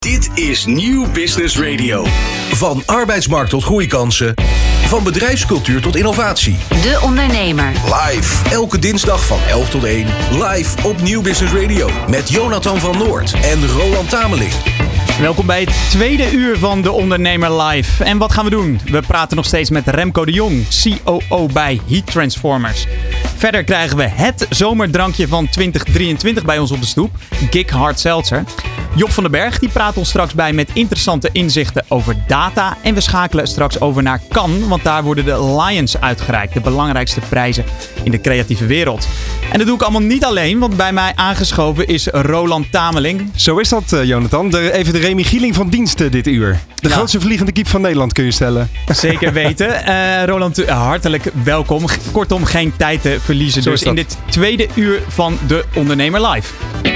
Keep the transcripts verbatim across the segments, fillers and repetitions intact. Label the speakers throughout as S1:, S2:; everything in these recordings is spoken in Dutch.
S1: Dit is Nieuw Business Radio. Van arbeidsmarkt tot groeikansen. Van bedrijfscultuur tot innovatie.
S2: De Ondernemer.
S1: Live. Elke dinsdag van elf tot één. Live op Nieuw Business Radio. Met Jonathan van Noord en Roland Tameling.
S3: Welkom bij het tweede uur van De Ondernemer Live. En wat gaan we doen? We praten nog steeds met Remco de Jong, C O O bij Heat Transformers. Verder krijgen we het zomerdrankje van twintig drieëntwintig bij ons op de stoep. Gig Hard Seltzer. Job van den Berg die praat ons straks bij met interessante inzichten over data. En we schakelen straks over naar Cannes, want daar worden de Lions uitgereikt. De belangrijkste prijzen in de creatieve wereld. En dat doe ik allemaal niet alleen, want bij mij aangeschoven is Roland Tameling.
S4: Zo is dat, uh, Jonathan. De, even de Remy Gieling van diensten dit uur. De ja. grootste vliegende kiep van Nederland kun je stellen.
S3: Zeker weten. Uh, Roland, hartelijk welkom. Kortom, geen tijd te verliezen.
S4: Zo
S3: dus in dit tweede uur van De Ondernemer Live.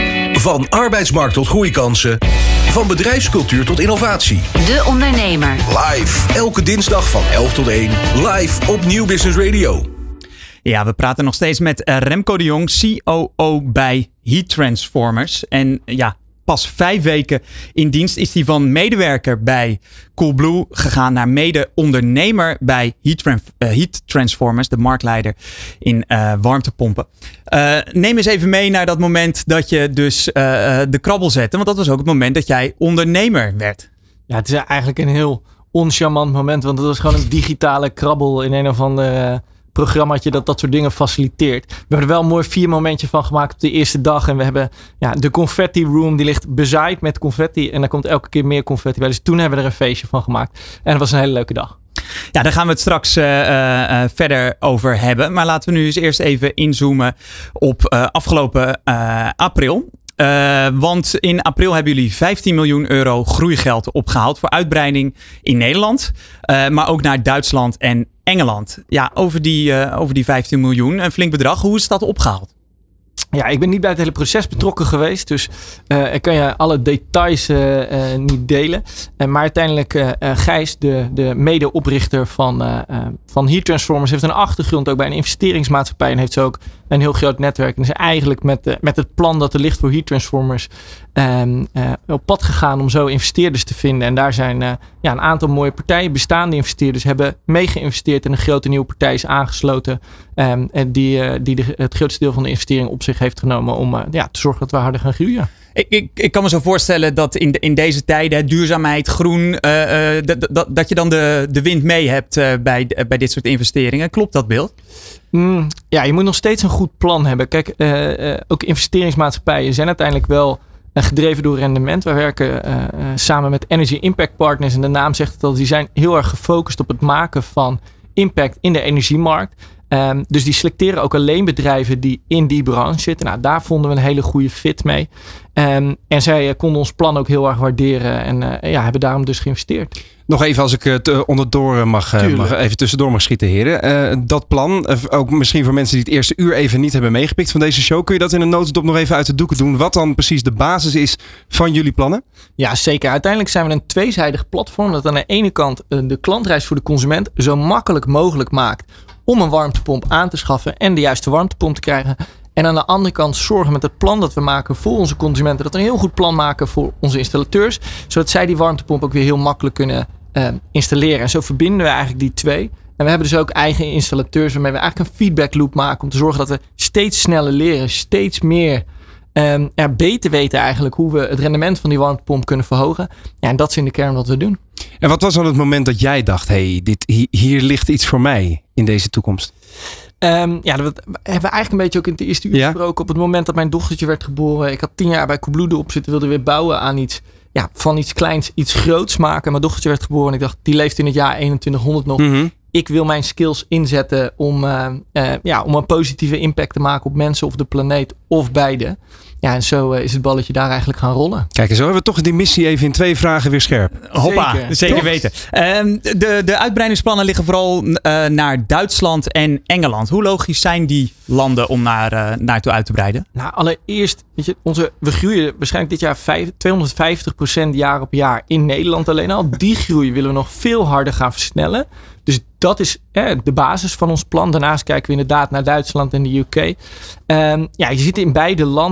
S1: Van arbeidsmarkt tot groeikansen. Van bedrijfscultuur tot innovatie.
S2: De Ondernemer.
S1: Live. Elke dinsdag van elf tot één. Live op Nieuw Business Radio.
S3: Ja, we praten nog steeds met Remco de Jong, C O O bij Heat Transformers. En ja, pas vijf weken in dienst is hij van medewerker bij Coolblue gegaan naar mede-ondernemer bij Heat, Trans- uh, Heat Transformers, de marktleider in uh, warmtepompen. Uh, neem eens even mee naar dat moment dat je dus uh, de krabbel zette, want dat was ook het moment dat jij ondernemer werd.
S5: Ja, het is eigenlijk een heel oncharmant moment, want het was gewoon een digitale krabbel in een of ander uh, programmaatje dat dat soort dingen faciliteert. We hebben er wel een mooi vier momentje van gemaakt op de eerste dag. En we hebben ja, de confetti room, die ligt bezaaid met confetti. En daar komt elke keer meer confetti bij. Dus toen hebben we er een feestje van gemaakt. En het was een hele leuke dag.
S3: Ja, daar gaan we het straks uh, uh, verder over hebben. Maar laten we nu eens eerst even inzoomen op uh, afgelopen uh, april. Uh, want in april hebben jullie vijftien miljoen euro groeigeld opgehaald voor uitbreiding in Nederland. Uh, maar ook naar Duitsland en Engeland. Ja, over die, uh, over die vijftien miljoen, een flink bedrag. Hoe is dat opgehaald?
S5: Ja, ik ben niet bij het hele proces betrokken geweest. Dus uh, ik kan je alle details uh, uh, niet delen. Uh, maar uiteindelijk uh, uh, Gijs, de, de medeoprichter van, uh, uh, van Heat Transformers, heeft een achtergrond ook bij een investeringsmaatschappij. En heeft zo ook een heel groot netwerk. En is eigenlijk met, uh, met het plan dat er ligt voor Heat Transformers um, uh, op pad gegaan om zo investeerders te vinden. En daar zijn uh, ja, een aantal mooie partijen, bestaande investeerders, hebben mee geïnvesteerd. En een grote nieuwe partij is aangesloten. Um, die uh, die de, het grootste deel van de investering op zich heeft genomen om uh, ja, te zorgen dat we harder gaan groeien.
S3: Ik, ik, ik kan me zo voorstellen dat in, de, in deze tijden duurzaamheid, groen, uh, uh, dat, dat, dat je dan de, de wind mee hebt uh, bij, uh, bij dit soort investeringen. Klopt dat beeld?
S5: Mm, ja, je moet nog steeds een goed plan hebben. Kijk, uh, uh, ook investeringsmaatschappijen zijn uiteindelijk wel uh, gedreven door rendement. Wij werken uh, uh, samen met Energy Impact Partners en de naam zegt het al, die zijn heel erg gefocust op het maken van impact in de energiemarkt. Um, dus die selecteren ook alleen bedrijven die in die branche zitten. Nou, daar vonden we een hele goede fit mee. Um, en zij uh, konden ons plan ook heel erg waarderen. En uh, ja, hebben daarom dus geïnvesteerd.
S4: Nog even als ik het uh, onderdoor mag, uh, mag, even tussendoor mag schieten, heren. Uh, dat plan, uh, ook misschien voor mensen die het eerste uur even niet hebben meegepikt van deze show. Kun je dat in een notendop nog even uit de doeken doen? Wat dan precies de basis is van jullie plannen?
S5: Ja, zeker. Uiteindelijk zijn we een tweezijdig platform dat aan de ene kant uh, de klantreis voor de consument zo makkelijk mogelijk maakt om een warmtepomp aan te schaffen en de juiste warmtepomp te krijgen. En aan de andere kant zorgen met het plan dat we maken voor onze consumenten, dat we een heel goed plan maken voor onze installateurs, zodat zij die warmtepomp ook weer heel makkelijk kunnen uh, installeren. En zo verbinden we eigenlijk die twee. En we hebben dus ook eigen installateurs waarmee we eigenlijk een feedback loop maken om te zorgen dat we steeds sneller leren, steeds meer um, ja, beter weten eigenlijk hoe we het rendement van die warmtepomp kunnen verhogen. Ja, en dat is in de kern wat we doen.
S4: En wat was dan het moment dat jij dacht, hey, dit, hier, hier ligt iets voor mij in deze toekomst?
S5: Um, ja, dat hebben we eigenlijk een beetje ook in het eerste uur
S4: ja?
S5: gesproken. Op het moment dat mijn dochtertje werd geboren. Ik had tien jaar bij Coolblue erop zitten. Wilde weer bouwen aan iets. Ja, van iets kleins iets groots maken. Mijn dochtertje werd geboren. En ik dacht, die leeft in het jaar eenentwintighonderd nog.
S4: Mm-hmm.
S5: Ik wil mijn skills inzetten om, uh, uh, ja, om een positieve impact te maken op mensen of de planeet. Of beide. Ja, en zo uh, is het balletje daar eigenlijk gaan rollen.
S4: Kijk, en zo hebben we toch die missie even in twee vragen weer scherp.
S3: Hoppa,
S5: zeker,
S3: zeker
S5: toch?
S3: weten. Um, de, de uitbreidingsplannen liggen vooral uh, naar Duitsland en Engeland. Hoe logisch zijn die landen om naar, uh, naartoe uit te breiden?
S5: Nou, allereerst, weet je, onze, we groeien waarschijnlijk dit jaar vijf, tweehonderdvijftig procent jaar op jaar in Nederland alleen al. Die groei willen we nog veel harder gaan versnellen. Dus dat is eh, de basis van ons plan. Daarnaast kijken we inderdaad naar Duitsland en de U K. Um, ja, je ziet in beide landen dat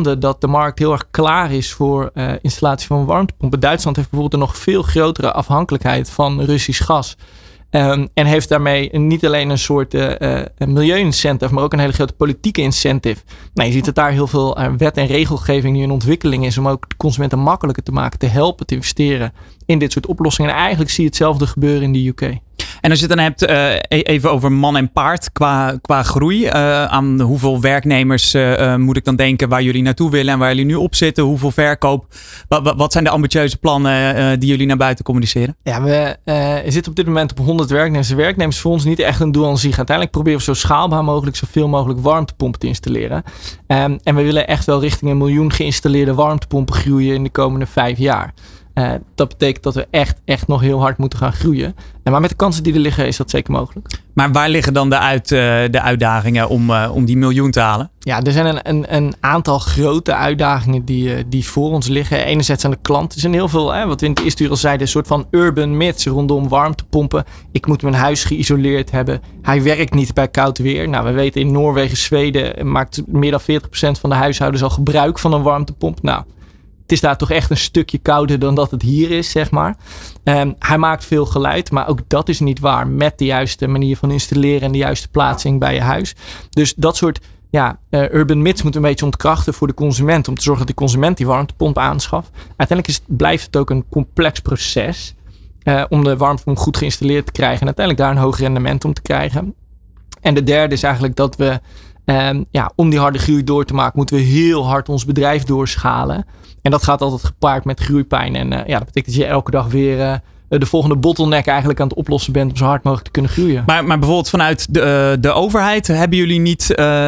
S5: de markt heel erg klaar is voor uh, installatie van warmtepompen. Duitsland heeft bijvoorbeeld een nog veel grotere afhankelijkheid van Russisch gas. Um, en heeft daarmee niet alleen een soort uh, uh, milieu-incentive, maar ook een hele grote politieke incentive. Nou, je ziet dat daar heel veel uh, wet en regelgeving nu in ontwikkeling is om ook de consumenten makkelijker te maken, te helpen, te investeren in dit soort oplossingen. En eigenlijk zie je hetzelfde gebeuren in de U K.
S3: En als je het dan hebt uh, even over man en paard qua, qua groei. Uh, aan hoeveel werknemers uh, uh, moet ik dan denken waar jullie naartoe willen en waar jullie nu op zitten? Hoeveel verkoop? Wat, wat zijn de ambitieuze plannen uh, die jullie naar buiten communiceren?
S5: Ja, we uh, zitten op dit moment op honderd werknemers. De werknemers voor ons niet echt een doel aan zich. Uiteindelijk proberen we zo schaalbaar mogelijk zoveel mogelijk warmtepompen te installeren. Um, en we willen echt wel richting een miljoen geïnstalleerde warmtepompen groeien in de komende vijf jaar. Uh, dat betekent dat we echt, echt nog heel hard moeten gaan groeien. En maar met de kansen die er liggen is dat zeker mogelijk.
S3: Maar waar liggen dan de, uit, uh, de uitdagingen om, uh, om die miljoen te halen?
S5: Ja, er zijn een, een, een aantal grote uitdagingen die, uh, die voor ons liggen. Enerzijds aan de klant. Er zijn heel veel, hè, wat we in het eerste uur al zeiden, een soort van urban myths rondom warmtepompen. Ik moet mijn huis geïsoleerd hebben. Hij werkt niet bij koud weer. Nou, we weten in Noorwegen, Zweden maakt meer dan veertig procent van de huishoudens al gebruik van een warmtepomp. Nou, het is daar toch echt een stukje kouder dan dat het hier is, zeg maar. Um, hij maakt veel geluid, maar ook dat is niet waar met de juiste manier van installeren en de juiste plaatsing bij je huis. Dus dat soort ja, uh, urban myths moeten we een beetje ontkrachten voor de consument. Om te zorgen dat de consument die warmtepomp aanschaft. Uiteindelijk is het, blijft het ook een complex proces uh, om de warmtepomp goed geïnstalleerd te krijgen. En uiteindelijk daar een hoog rendement om te krijgen. En de derde is eigenlijk dat we, um, ja, om die harde groei door te maken, moeten we heel hard ons bedrijf doorschalen. En dat gaat altijd gepaard met groeipijn. En uh, ja, dat betekent dat je elke dag weer uh, de volgende bottleneck eigenlijk aan het oplossen bent om zo hard mogelijk te kunnen groeien. Maar,
S3: maar bijvoorbeeld vanuit de, uh, de overheid hebben jullie niet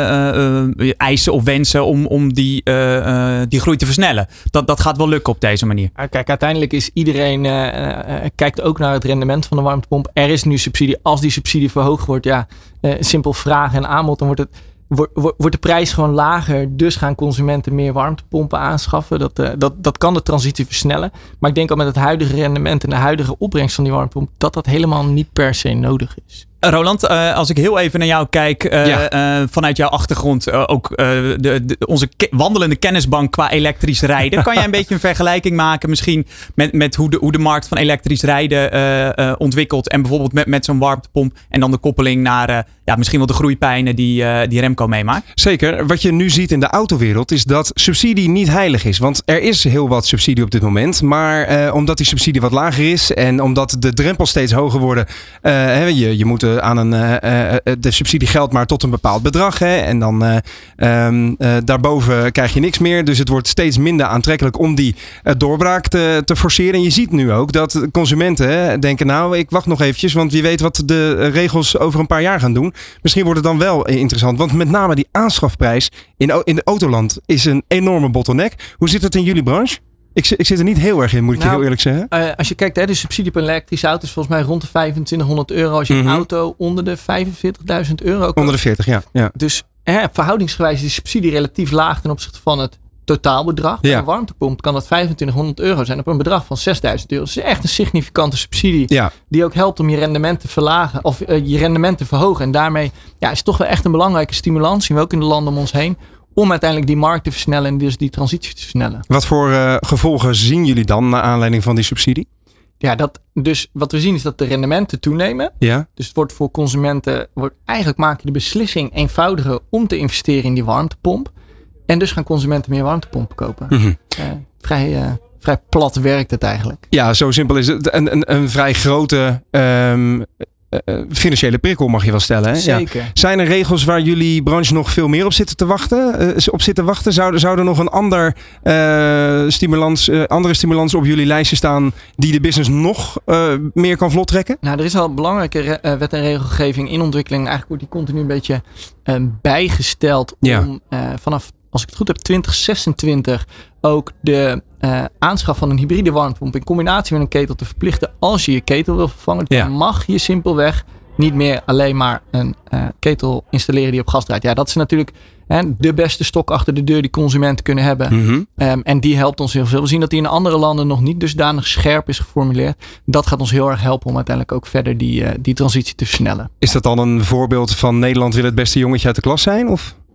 S3: uh, uh, eisen of wensen om, om die, uh, uh, die groei te versnellen? Dat, dat gaat wel lukken op deze manier.
S5: Uh, kijk, uiteindelijk is iedereen uh, uh, kijkt ook naar het rendement van de warmtepomp. Er is nu subsidie. Als die subsidie verhoogd wordt, ja, uh, simpel vraag en aanbod, dan wordt het wordt de prijs gewoon lager. Dus gaan consumenten meer warmtepompen aanschaffen. Dat, uh, dat, dat kan de transitie versnellen. Maar ik denk al met het huidige rendement en de huidige opbrengst van die warmtepomp, dat dat helemaal niet per se nodig is.
S3: Roland, uh, als ik heel even naar jou kijk, uh, ja. uh, vanuit jouw achtergrond, uh, ook uh, de, de, onze ke- wandelende kennisbank qua elektrisch rijden. Kan jij een beetje een vergelijking maken misschien met, met hoe, de, hoe de markt van elektrisch rijden uh, uh, ontwikkelt en bijvoorbeeld met, met zo'n warmtepomp en dan de koppeling naar uh, ja, misschien wel de groeipijnen die, uh, die Remco meemaakt?
S4: Zeker. Wat je nu ziet in de autowereld is dat subsidie niet heilig is. Want er is heel wat subsidie op dit moment. Maar uh, omdat die subsidie wat lager is en omdat de drempels steeds hoger worden, uh, je, je moet uh, aan een, uh, uh, de subsidie geldt maar tot een bepaald bedrag. Hè, en dan uh, um, uh, daarboven krijg je niks meer. Dus het wordt steeds minder aantrekkelijk om die uh, doorbraak te, te forceren. En je ziet nu ook dat consumenten hè, denken, nou, ik wacht nog eventjes, want wie weet wat de regels over een paar jaar gaan doen. Misschien wordt het dan wel interessant. Want met name die aanschafprijs in, in de autoland is een enorme bottleneck. Hoe zit het in jullie branche? Ik, ik zit er niet heel erg in, moet ik nou, je heel eerlijk zeggen.
S5: Uh, als je kijkt, hè, de subsidie op een elektrische auto is volgens mij rond de vijfentwintighonderd euro. Als je mm-hmm. een auto onder de vijfenveertigduizend euro koopt.
S4: Onder de veertig, ja. ja.
S5: Dus hè, verhoudingsgewijs is de subsidie relatief laag ten opzichte van het totaalbedrag. Bij ja. een warmtepomp kan dat vijfentwintighonderd euro zijn op een bedrag van zesduizend euro. Dus het is echt een significante subsidie. Ja. Die ook helpt om je rendement te verlagen. Of uh, je rendement te verhogen. En daarmee ja, is het toch wel echt een belangrijke stimulans. Zien we ook in de landen om ons heen. Om uiteindelijk die markt te versnellen en dus die transitie te versnellen.
S4: Wat voor uh, gevolgen zien jullie dan naar aanleiding van die subsidie?
S5: Ja, dat, dus wat we zien is dat de rendementen toenemen. Ja. Dus het wordt voor consumenten, wordt, eigenlijk maak je de beslissing eenvoudiger om te investeren in die warmtepomp. En dus gaan consumenten meer warmtepompen kopen. Mm-hmm. Uh, vrij, uh, vrij plat werkt het eigenlijk.
S4: Ja, zo simpel is het. Een, een, een vrij grote um, uh, financiële prikkel mag je wel stellen. Hè?
S5: Zeker.
S4: Ja. Zijn er regels waar jullie branche nog veel meer op zitten te wachten? Uh, op zitten wachten? Zou, zou er nog een ander, uh, stimulans, uh, andere stimulans op jullie lijstje staan die de business nog uh, meer kan vlot trekken?
S5: Nou, er is al belangrijke re- uh, wet en regelgeving in ontwikkeling. Eigenlijk wordt die continu een beetje uh, bijgesteld om ja. uh, vanaf, als ik het goed heb, twintig zesentwintig ook de uh, aanschaf van een hybride warmtepomp in combinatie met een ketel te verplichten als je je ketel wil vervangen. Dan ja. mag je simpelweg niet meer alleen maar een uh, ketel installeren die op gas draait. Ja, dat is natuurlijk hè, de beste stok achter de deur die consumenten kunnen hebben. Mm-hmm. Um, en die helpt ons heel veel. We zien dat die in andere landen nog niet dusdanig scherp is geformuleerd. Dat gaat ons heel erg helpen om uiteindelijk ook verder die, uh, die transitie te versnellen.
S4: Is dat dan een voorbeeld van Nederland wil het beste jongetje uit de klas zijn? Of?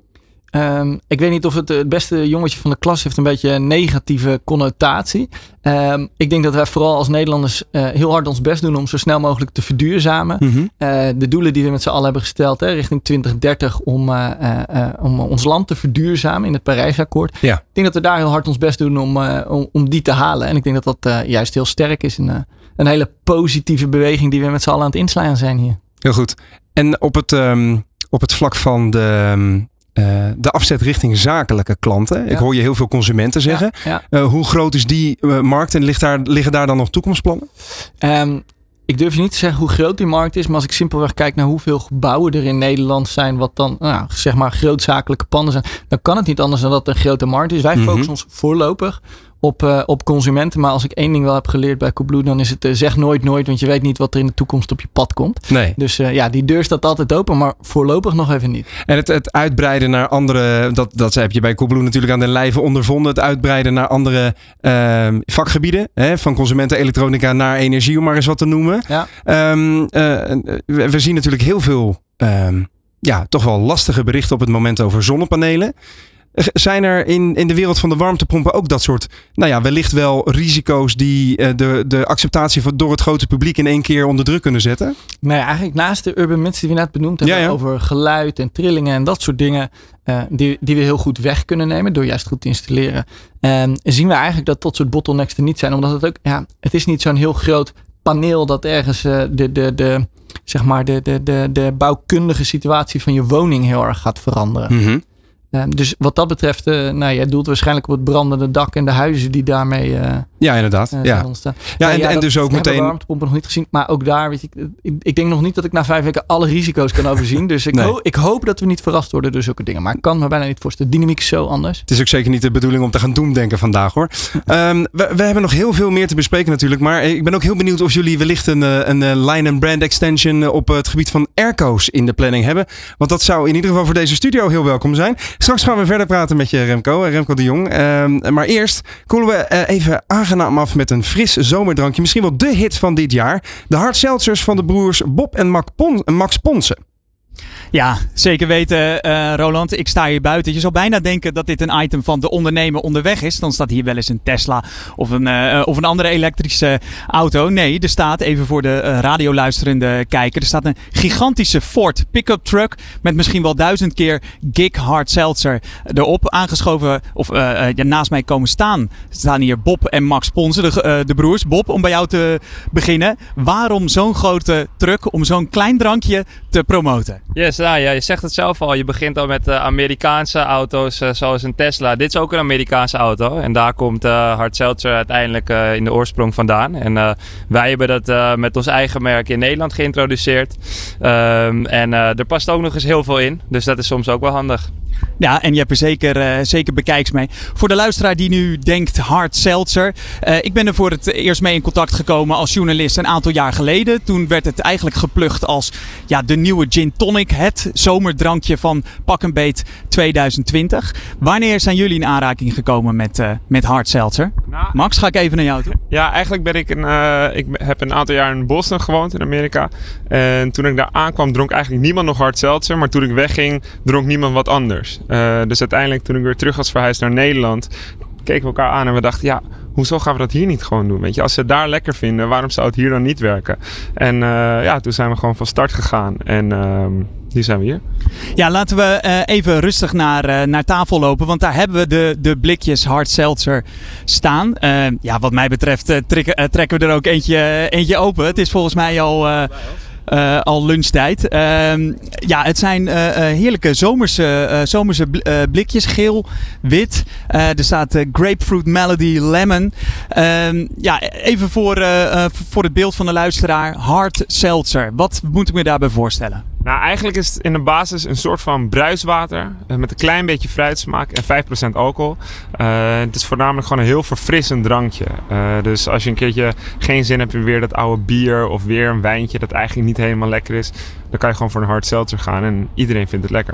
S5: Um, ik weet niet of het het beste jongetje van de klas heeft een beetje een negatieve connotatie. Um, ik denk dat wij vooral als Nederlanders uh, heel hard ons best doen om zo snel mogelijk te verduurzamen.
S4: Mm-hmm.
S5: Uh, de doelen die we met z'n allen hebben gesteld, hè, richting twintig dertig om, uh, uh, uh, om ons land te verduurzamen in het Parijsakkoord.
S4: Ja.
S5: Ik denk dat we daar heel hard ons best doen om, uh, om, om die te halen. En ik denk dat dat uh, juist heel sterk is. En, uh, een hele positieve beweging die we met z'n allen aan het inslaan zijn hier.
S4: Heel goed. En op het, um, op het vlak van de... Um... Uh, de afzet richting zakelijke klanten. Ja. Ik hoor je heel veel consumenten zeggen.
S5: Ja, ja.
S4: Uh, hoe groot is die uh, markt en ligt daar, liggen daar dan nog toekomstplannen?
S5: Um, ik durf je niet te zeggen hoe groot die markt is. Maar als ik simpelweg kijk naar hoeveel gebouwen er in Nederland zijn. Wat dan nou, zeg maar grootzakelijke panden zijn. Dan kan het niet anders dan dat het een grote markt is. Wij mm-hmm. focussen ons voorlopig op, uh, op consumenten. Maar als ik één ding wel heb geleerd bij Coolblue. Dan is het uh, zeg nooit nooit. Want je weet niet wat er in de toekomst op je pad komt.
S4: Nee.
S5: Dus uh, ja, die deur staat altijd open. Maar voorlopig nog even niet.
S4: En het, het uitbreiden naar andere. Dat, dat heb je bij Coolblue natuurlijk aan de lijve ondervonden. Het uitbreiden naar andere uh, vakgebieden. Hè, van consumenten elektronica naar energie. Om maar eens wat te noemen.
S5: Ja.
S4: Um, uh, we, we zien natuurlijk heel veel. Um, ja, toch wel lastige berichten op het moment over zonnepanelen. Zijn er in, in de wereld van de warmtepompen ook dat soort, nou ja, wellicht wel risico's die uh, de, de acceptatie van, door het grote publiek in één keer onder druk kunnen zetten?
S5: Nou ja, eigenlijk naast de urban myths die we net benoemd hebben, ja, ja. over geluid en trillingen en dat soort dingen, uh, die, die we heel goed weg kunnen nemen door juist goed te installeren. En zien we eigenlijk dat dat soort bottlenecks er niet zijn, omdat het ook, ja, het is niet zo'n heel groot paneel dat ergens uh, de, de, de, zeg maar de, de, de, de bouwkundige situatie van je woning heel erg gaat veranderen.
S4: Mm-hmm.
S5: Uh, dus wat dat betreft, uh, nou, jij doelt waarschijnlijk op het brandende dak en de huizen die daarmee uh,
S4: ja, inderdaad.
S5: Uh,
S4: ja.
S5: ontstaan.
S4: Ja,
S5: ja,
S4: en,
S5: ja,
S4: en
S5: dat,
S4: dus ook meteen.
S5: Ik heb warmtepompen nog niet gezien, maar ook daar, weet je, ik, ik denk nog niet dat ik na vijf weken alle risico's kan overzien. Dus ik,
S4: nee.
S5: ho- ik hoop dat we niet verrast worden door zulke dingen. Maar ik kan me bijna niet voorstellen. De dynamiek is zo anders.
S4: Het is ook zeker niet de bedoeling om te gaan doemdenken vandaag, hoor. um, we, we hebben nog heel veel meer te bespreken natuurlijk, maar ik ben ook heel benieuwd of jullie wellicht een, een, een line and brand extension op het gebied van airco's in de planning hebben. Want dat zou in ieder geval voor deze studio heel welkom zijn. Straks gaan we verder praten met je Remco, Remco de Jong. Um, maar eerst koelen we uh, even aangenaam af met een fris zomerdrankje. Misschien wel de hit van dit jaar. De hard seltzers van de broers Bob en Max Ponsen.
S3: Ja, zeker weten, uh, Roland. Ik sta hier buiten. Je zou bijna denken dat dit een item van de ondernemer onderweg is. Dan staat hier wel eens een Tesla of een, uh, of een andere elektrische auto. Nee, er staat, even voor de uh, radioluisterende kijker, er staat een gigantische Ford pick-up truck met misschien wel duizend keer Gig Hard Seltzer erop. Aangeschoven, of uh, uh, ja, naast mij komen staan. Er staan hier Bob en Max Ponsen, de, uh, de broers. Bob, om bij jou te beginnen. Waarom zo'n grote truck om zo'n klein drankje te promoten?
S6: Yes, nou, ja, je zegt het zelf al. Je begint al met uh, Amerikaanse auto's uh, zoals een Tesla. Dit is ook een Amerikaanse auto. En daar komt uh, Hard Seltzer uiteindelijk uh, in de oorsprong vandaan. En uh, wij hebben dat uh, met ons eigen merk in Nederland geïntroduceerd. Um, en uh, er past ook nog eens heel veel in. Dus dat is soms ook wel handig.
S3: Ja, en je hebt er zeker, uh, zeker bekijks mee. Voor de luisteraar die nu denkt Hard Seltzer. Uh, ik ben er voor het eerst mee in contact gekomen als journalist een aantal jaar geleden. Toen werd het eigenlijk geplucht als ja, de nieuwe gin tonic. Het zomerdrankje van pak een beet twintig twintig. Wanneer zijn jullie in aanraking gekomen met, uh, met Hard Seltzer? Nou, Max, ga ik even naar jou toe.
S7: Ja, eigenlijk ben ik een, uh, ik heb een aantal jaar in Boston gewoond in Amerika. En toen ik daar aankwam dronk eigenlijk niemand nog Hard Seltzer. Maar toen ik wegging dronk niemand wat anders. Uh, dus uiteindelijk toen ik weer terug was verhuisd naar Nederland, keken we elkaar aan en we dachten, ja, hoezo gaan we dat hier niet gewoon doen? Weet je, als ze het daar lekker vinden, waarom zou het hier dan niet werken? En uh, ja, toen zijn we gewoon van start gegaan en uh, nu zijn we hier.
S3: Ja, laten we uh, even rustig naar, uh, naar tafel lopen, want daar hebben we de, de blikjes Hard Seltzer staan. Uh, ja, wat mij betreft uh, trekken, uh, trekken we er ook eentje, eentje open. Het is volgens mij al... Uh, Uh, al lunchtijd. Uh, ja, het zijn uh, uh, heerlijke zomerse, uh, zomerse bl- uh, blikjes. Geel, wit. Uh, er staat uh, Grapefruit Melody Lemon. Uh, ja, even voor, uh, uh, voor het beeld van de luisteraar. Hard Seltzer. Wat moet ik me daarbij voorstellen?
S7: Nou, eigenlijk is het in de basis een soort van bruiswater uh, met een klein beetje fruitsmaak en vijf procent alcohol. Uh, het is voornamelijk gewoon een heel verfrissend drankje. Uh, dus als je een keertje geen zin hebt in weer dat oude bier of weer een wijntje dat eigenlijk niet helemaal lekker is, dan kan je gewoon voor een Hard Seltzer gaan en iedereen vindt het lekker.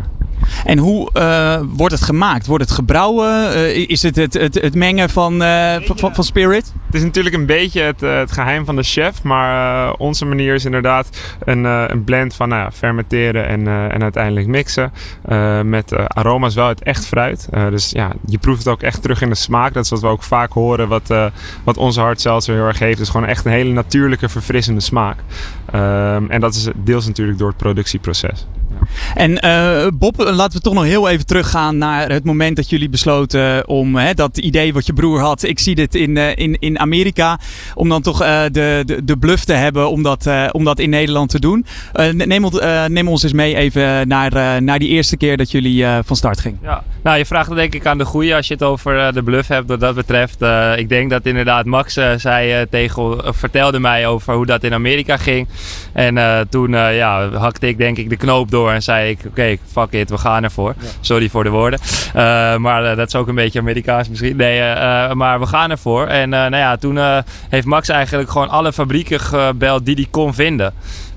S3: En hoe uh, wordt het gemaakt? Wordt het gebrouwen? Uh, is het het, het, het mengen van, uh, van, van spirit?
S7: Het is natuurlijk een beetje het, uh, het geheim van de chef. Maar uh, onze manier is inderdaad een, uh, een blend van nou ja, fermenteren en, uh, en uiteindelijk mixen. Uh, met uh, aroma's wel uit echt fruit. Uh, dus ja, je proeft het ook echt terug in de smaak. Dat is wat we ook vaak horen. Wat, uh, wat onze hard seltzer heel erg heeft. Dus gewoon echt een hele natuurlijke, verfrissende smaak. Uh, en dat is deels natuurlijk door het productieproces. Ja.
S3: En uh, Bob, laten we toch nog heel even teruggaan naar het moment dat jullie besloten om hè, dat idee wat je broer had. Ik zie dit in, uh, in, in Amerika. Om dan toch uh, de, de, de bluff te hebben om dat, uh, om dat in Nederland te doen. Uh, neem, uh, neem ons eens mee even naar, uh, naar die eerste keer dat jullie uh, van start gingen.
S6: Ja, nou je vraagt het denk ik aan de goeie als je het over uh, de bluff hebt wat dat betreft. Uh, ik denk dat inderdaad Max uh, zei, uh, tegen, uh, vertelde mij over hoe dat in Amerika ging. En uh, toen uh, ja, hakte ik denk ik de knoop door en zei ik, oké, okay, fuck it, we gaan ervoor. Ja. Sorry voor de woorden. Uh, maar uh, dat is ook een beetje Amerikaans misschien. Nee, uh, maar we gaan ervoor. En uh, nou ja, toen uh, heeft Max eigenlijk gewoon alle fabrieken gebeld die hij kon vinden.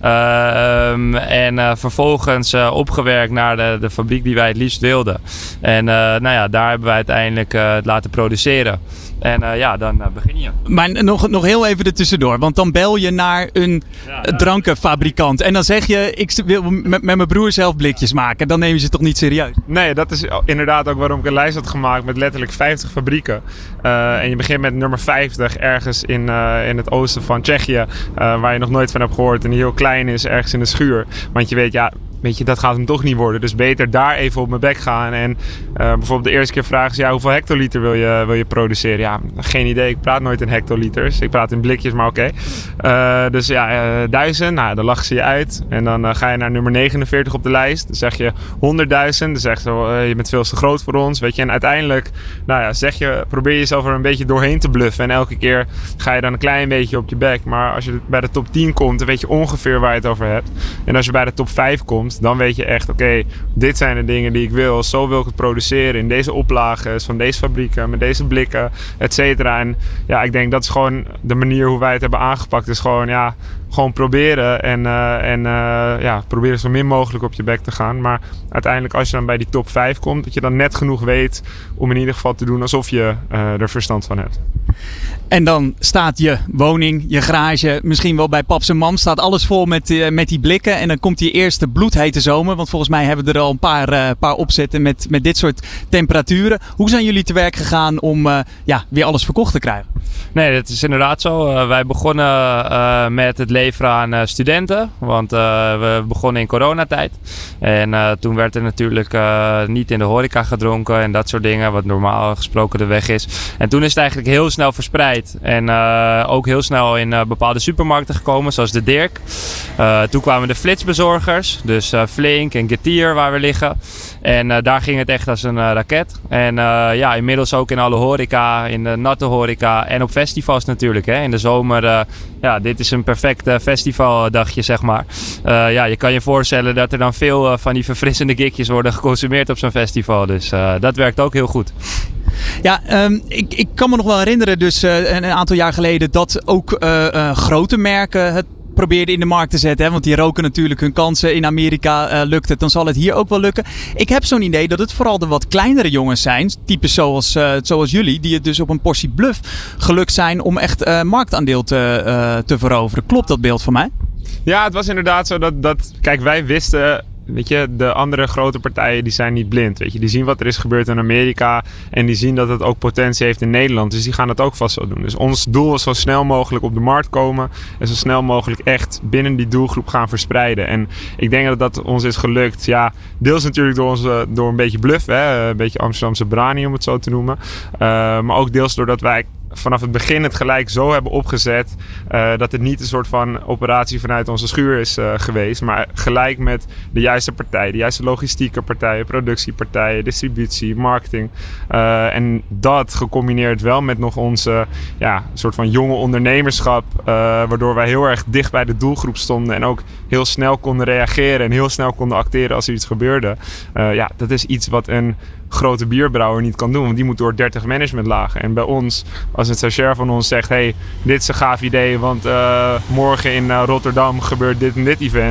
S6: Uh, um, en uh, vervolgens uh, opgewerkt naar de, de fabriek die wij het liefst wilden. En uh, nou ja, daar hebben wij uiteindelijk uh, het laten produceren. En uh, ja, dan uh, begin je.
S3: Maar nog, nog heel even ertussendoor. Want dan bel je naar een ja, ja. drankenfabrikant. En dan zeg je, ik wil met, met mijn broer zelf blikjes maken. Dan neem je ze toch niet serieus?
S7: Nee, dat is inderdaad ook waarom ik een lijst had gemaakt met letterlijk vijftig fabrieken. Uh, en je begint met nummer vijftig ergens in, uh, in het oosten van Tsjechië. Uh, waar je nog nooit van hebt gehoord. En die heel klein is, ergens in de schuur. Want je weet, ja... Weet je, dat gaat hem toch niet worden. Dus beter daar even op mijn bek gaan. En uh, bijvoorbeeld de eerste keer vragen ze... Ja, hoeveel hectoliter wil je, wil je produceren? Ja, geen idee. Ik praat nooit in hectoliters. Ik praat in blikjes, maar oké. Okay. Uh, dus ja, uh, duizend. Nou, dan lachen ze je uit. En dan uh, ga je naar nummer negenenveertig op de lijst. Dan zeg je honderdduizend. Dan zeg je, uh, je bent veel te groot voor ons. Weet je, en uiteindelijk... Nou ja, zeg je... Probeer je jezelf er een beetje doorheen te bluffen. En elke keer ga je dan een klein beetje op je bek. Maar als je bij de top tien komt... Dan weet je ongeveer waar je het over hebt. En als je bij de top vijf komt... Dan weet je echt, oké, okay, dit zijn de dingen die ik wil. Zo wil ik het produceren in deze oplages, van deze fabrieken, met deze blikken, et cetera. En ja, ik denk dat is gewoon de manier hoe wij het hebben aangepakt. Is gewoon, ja, gewoon proberen en, uh, en uh, ja, proberen zo min mogelijk op je bek te gaan. Maar uiteindelijk als je dan bij die top vijf komt, dat je dan net genoeg weet om in ieder geval te doen alsof je uh, er verstand van hebt.
S3: En dan staat je woning, je garage, misschien wel bij paps en mam, staat alles vol met, uh, met die blikken. En dan komt die eerste bloedhete zomer, want volgens mij hebben we er al een paar, uh, paar op zitten met, met dit soort temperaturen. Hoe zijn jullie te werk gegaan om uh, ja, weer alles verkocht te krijgen?
S6: Nee, dat is inderdaad zo. Uh, wij begonnen uh, met het leveren aan uh, studenten, want uh, we begonnen in coronatijd. En uh, toen werd er natuurlijk uh, niet in de horeca gedronken en dat soort dingen, wat normaal gesproken de weg is. En toen is het eigenlijk heel snel verspreid en uh, ook heel snel in uh, bepaalde supermarkten gekomen, zoals de Dirk. Uh, toen kwamen de flitsbezorgers, dus uh, Flink en Getir waar we liggen. En uh, daar ging het echt als een uh, raket. En uh, ja, inmiddels ook in alle horeca, in de natte horeca en op festivals natuurlijk. Hè. In de zomer, uh, ja, dit is een perfect uh, festivaldagje, zeg maar. Uh, ja, je kan je voorstellen dat er dan veel uh, van die verfrissende gigjes worden geconsumeerd op zo'n festival. Dus uh, dat werkt ook heel goed.
S3: Ja, um, ik, ik kan me nog wel herinneren, dus uh, een aantal jaar geleden, dat ook uh, uh, grote merken het probeerden in de markt te zetten. Hè? Want die roken natuurlijk hun kansen. In Amerika uh, lukt het, dan zal het hier ook wel lukken. Ik heb zo'n idee dat het vooral de wat kleinere jongens zijn, types zoals, uh, zoals jullie, die het dus op een portie bluff gelukt zijn om echt uh, marktaandeel te, uh, te veroveren. Klopt dat beeld van mij?
S7: Ja, het was inderdaad zo dat, dat kijk, wij wisten... Weet je, de andere grote partijen die zijn niet blind. Weet je, die zien wat er is gebeurd in Amerika. En die zien dat het ook potentie heeft in Nederland. Dus die gaan dat ook vast zo doen. Dus ons doel is zo snel mogelijk op de markt komen. En zo snel mogelijk echt binnen die doelgroep gaan verspreiden. En ik denk dat dat ons is gelukt. Ja, deels natuurlijk door, onze, door een beetje bluff. Hè? Een beetje Amsterdamse brani om het zo te noemen. Uh, maar ook deels doordat wij vanaf het begin het gelijk zo hebben opgezet uh, dat het niet een soort van operatie vanuit onze schuur is uh, geweest, maar gelijk met de juiste partijen, de juiste logistieke partijen, productiepartijen, distributie, marketing. Uh, en dat gecombineerd wel met nog onze ja, soort van jonge ondernemerschap, uh, waardoor wij heel erg dicht bij de doelgroep stonden en ook heel snel konden reageren en heel snel konden acteren als er iets gebeurde. Uh, ja, dat is iets wat een grote bierbrouwer niet kan doen, want die moet door dertig managementlagen. En bij ons, als een stagiair van ons zegt, hey, dit is een gaaf idee, want uh, morgen in uh, Rotterdam gebeurt dit en dit event,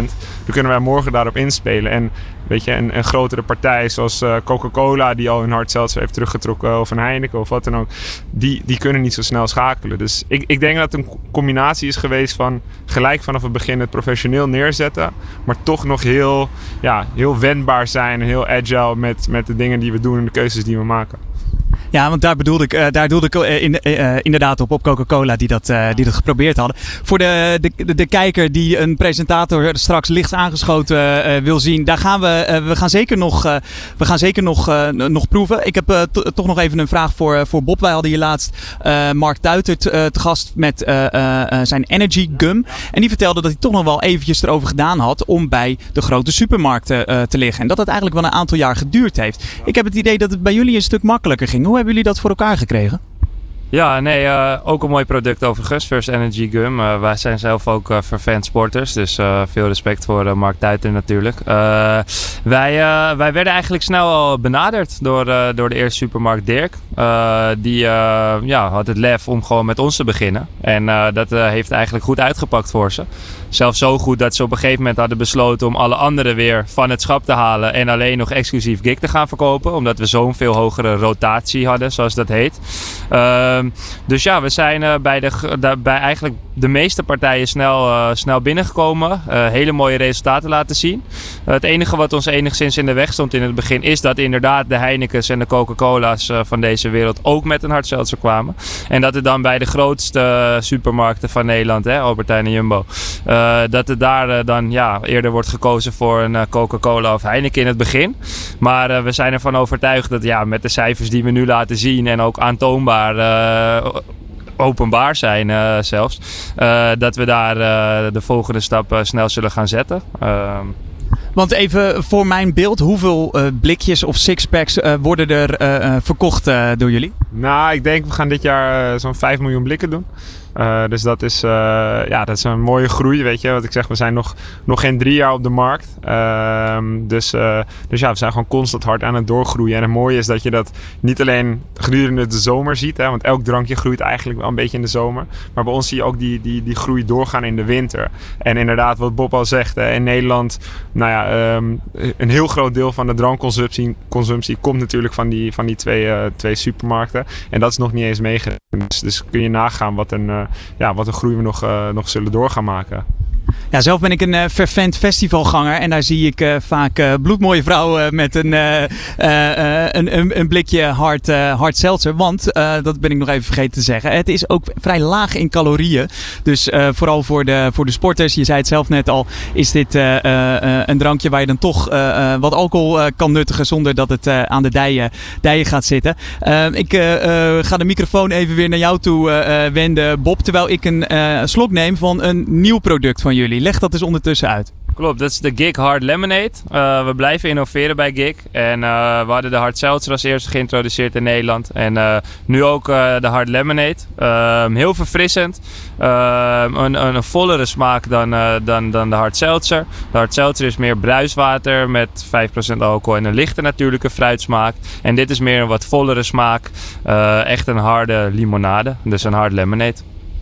S7: dan kunnen wij morgen daarop inspelen. En weet je, een, een grotere partij zoals uh, Coca-Cola, die al hun hard seltzer heeft teruggetrokken, of een Heineken of wat dan ook, die, die kunnen niet zo snel schakelen. Dus ik, ik denk dat het een combinatie is geweest van gelijk vanaf het begin het professioneel neerzetten, maar toch nog heel, ja, heel wendbaar zijn en heel agile met, met de dingen die we doen en de keuzes die we maken.
S3: Ja, want daar bedoelde ik, uh, daar bedoelde ik uh, in, uh, inderdaad op, op Coca-Cola die dat, uh, die dat geprobeerd hadden. Voor de, de, de, de kijker die een presentator straks licht aangeschoten uh, wil zien, daar gaan we, uh, we gaan zeker nog, uh, we gaan zeker nog, uh, nog proeven. Ik heb uh, to, toch nog even een vraag voor, uh, voor Bob. Wij hadden hier laatst uh, Mark Tuitert uh, te gast met uh, uh, zijn Energy Gum. En die vertelde dat hij toch nog wel eventjes erover gedaan had om bij de grote supermarkten uh, te liggen. En dat het eigenlijk wel een aantal jaar geduurd heeft. Ik heb het idee dat het bij jullie een stuk makkelijker ging. Hoe hebben jullie dat voor elkaar gekregen?
S6: Ja, nee, uh, ook een mooi product overigens, First Energy Gum. Uh, wij zijn zelf ook uh, vervent sporters, dus uh, veel respect voor uh, Mark Tuiter natuurlijk. Uh, wij, uh, wij werden eigenlijk snel al benaderd door, uh, door de eerste supermarkt Dirk. Uh, die uh, ja, had het lef om gewoon met ons te beginnen. En uh, dat uh, heeft eigenlijk goed uitgepakt voor ze. Zelfs zo goed dat ze op een gegeven moment hadden besloten om alle anderen weer van het schap te halen en alleen nog exclusief gig te gaan verkopen. Omdat we zo'n veel hogere rotatie hadden, zoals dat heet. Uh, dus ja, we zijn uh, bij, de, de, bij eigenlijk de meeste partijen snel, uh, snel binnengekomen. Uh, hele mooie resultaten laten zien. Uh, het enige wat ons enigszins in de weg stond in het begin is dat inderdaad de Heinekens en de Coca-Cola's uh, van deze wereld ook met een hard seltzer kwamen. En dat het dan bij de grootste supermarkten van Nederland, hè, Albert Heijn en Jumbo, uh, dat het daar uh, dan ja, eerder wordt gekozen voor een uh, Coca-Cola of Heineken in het begin. Maar uh, we zijn ervan overtuigd dat ja, met de cijfers die we nu laten zien en ook aantoonbaar uh, openbaar zijn uh, zelfs, uh, dat we daar uh, de volgende stap uh, snel zullen gaan zetten. Uh,
S3: Want even voor mijn beeld, hoeveel uh, blikjes of sixpacks uh, worden er uh, uh, verkocht uh, door jullie?
S7: Nou, ik denk we gaan dit jaar uh, zo'n vijf miljoen blikken doen. Uh, dus dat is, uh, ja, dat is een mooie groei, weet je. Wat ik zeg, we zijn nog, nog geen drie jaar op de markt. Uh, dus, uh, dus ja, we zijn gewoon constant hard aan het doorgroeien. En het mooie is dat je dat niet alleen gedurende de zomer ziet. Hè, want elk drankje groeit eigenlijk wel een beetje in de zomer. Maar bij ons zie je ook die, die, die groei doorgaan in de winter. En inderdaad, wat Bob al zegt. Hè, in Nederland, nou ja, um, een heel groot deel van de drankconsumptie consumptie komt natuurlijk van die, van die twee, uh, twee supermarkten. En dat is nog niet eens meegerekend. Dus, dus kun je nagaan wat een, uh, ja, wat een groei we nog, uh, nog zullen door gaan maken.
S3: Ja, zelf ben ik een uh, fervent festivalganger en daar zie ik uh, vaak uh, bloedmooie vrouwen uh, met een, uh, uh, uh, een, een, een blikje hard, uh, hard seltzer. Want, uh, dat ben ik nog even vergeten te zeggen, het is ook vrij laag in calorieën. Dus uh, vooral voor de, voor de sporters, je zei het zelf net al, is dit uh, uh, een drankje waar je dan toch uh, uh, wat alcohol uh, kan nuttigen zonder dat het uh, aan de dijen, dijen gaat zitten. Uh, ik uh, uh, ga de microfoon even weer naar jou toe uh, uh, wenden, Bob, terwijl ik een uh, slok neem van een nieuw product van jullie. Leg dat eens ondertussen uit.
S6: Klopt, dat is de Gig Hard Lemonade. Uh, we blijven innoveren bij Gig. En uh, we hadden de Hard Seltzer als eerste geïntroduceerd in Nederland. En uh, nu ook uh, de Hard Lemonade. Uh, heel verfrissend. Uh, een, een vollere smaak dan, uh, dan, dan de Hard Seltzer. De Hard Seltzer is meer bruiswater met vijf procent alcohol en een lichte natuurlijke fruitsmaak. En dit is meer een wat vollere smaak. Uh, echt een harde limonade. Dus een Hard Lemonade.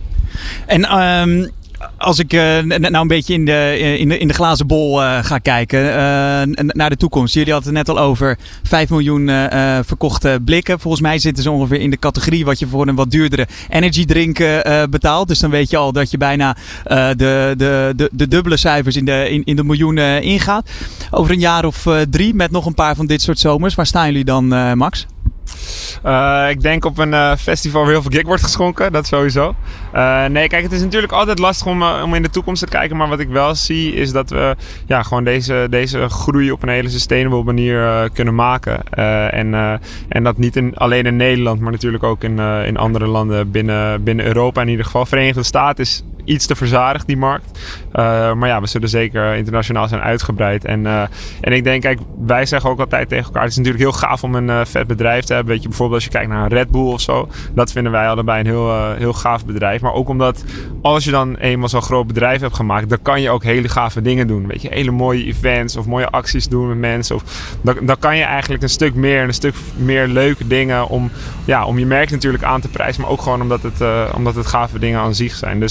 S3: En um, als ik uh, nou een beetje in de, in de, in de glazen bol uh, ga kijken uh, naar de toekomst. Jullie hadden het net al over vijf miljoen uh, verkochte blikken. Volgens mij zitten ze ongeveer in de categorie wat je voor een wat duurdere energy drink uh, betaalt. Dus dan weet je al dat je bijna uh, de, de, de, de dubbele cijfers in de, in, in de miljoenen ingaat. Over een jaar of uh, drie met nog een paar van dit soort zomers. Waar staan jullie dan, uh, Max?
S7: Uh, ik denk op een uh, festival waar heel veel gig wordt geschonken, dat sowieso. Uh, nee, kijk, het is natuurlijk altijd lastig om, uh, om in de toekomst te kijken. Maar wat ik wel zie is dat we ja, gewoon deze, deze groei op een hele sustainable manier uh, kunnen maken. Uh, en, uh, en dat niet in, alleen in Nederland, maar natuurlijk ook in, uh, in andere landen binnen, binnen Europa in ieder geval. Verenigde Staten is iets te verzadigd, die markt. Uh, maar ja, we zullen zeker internationaal zijn uitgebreid. En, uh, en ik denk, kijk, wij zeggen ook altijd tegen elkaar, het is natuurlijk heel gaaf om een uh, vet bedrijf te hebben. Weet je, bijvoorbeeld als je kijkt naar een Red Bull of zo. Dat vinden wij allebei een heel, uh, heel gaaf bedrijf. Maar ook omdat als je dan eenmaal zo'n groot bedrijf hebt gemaakt, dan kan je ook hele gave dingen doen. Weet je, hele mooie events of mooie acties doen met mensen. Of, dan, dan kan je eigenlijk een stuk meer en een stuk meer leuke dingen om, ja, om je merk natuurlijk aan te prijzen. Maar ook gewoon omdat het, uh, omdat het gave dingen aan zich zijn. Dus uh,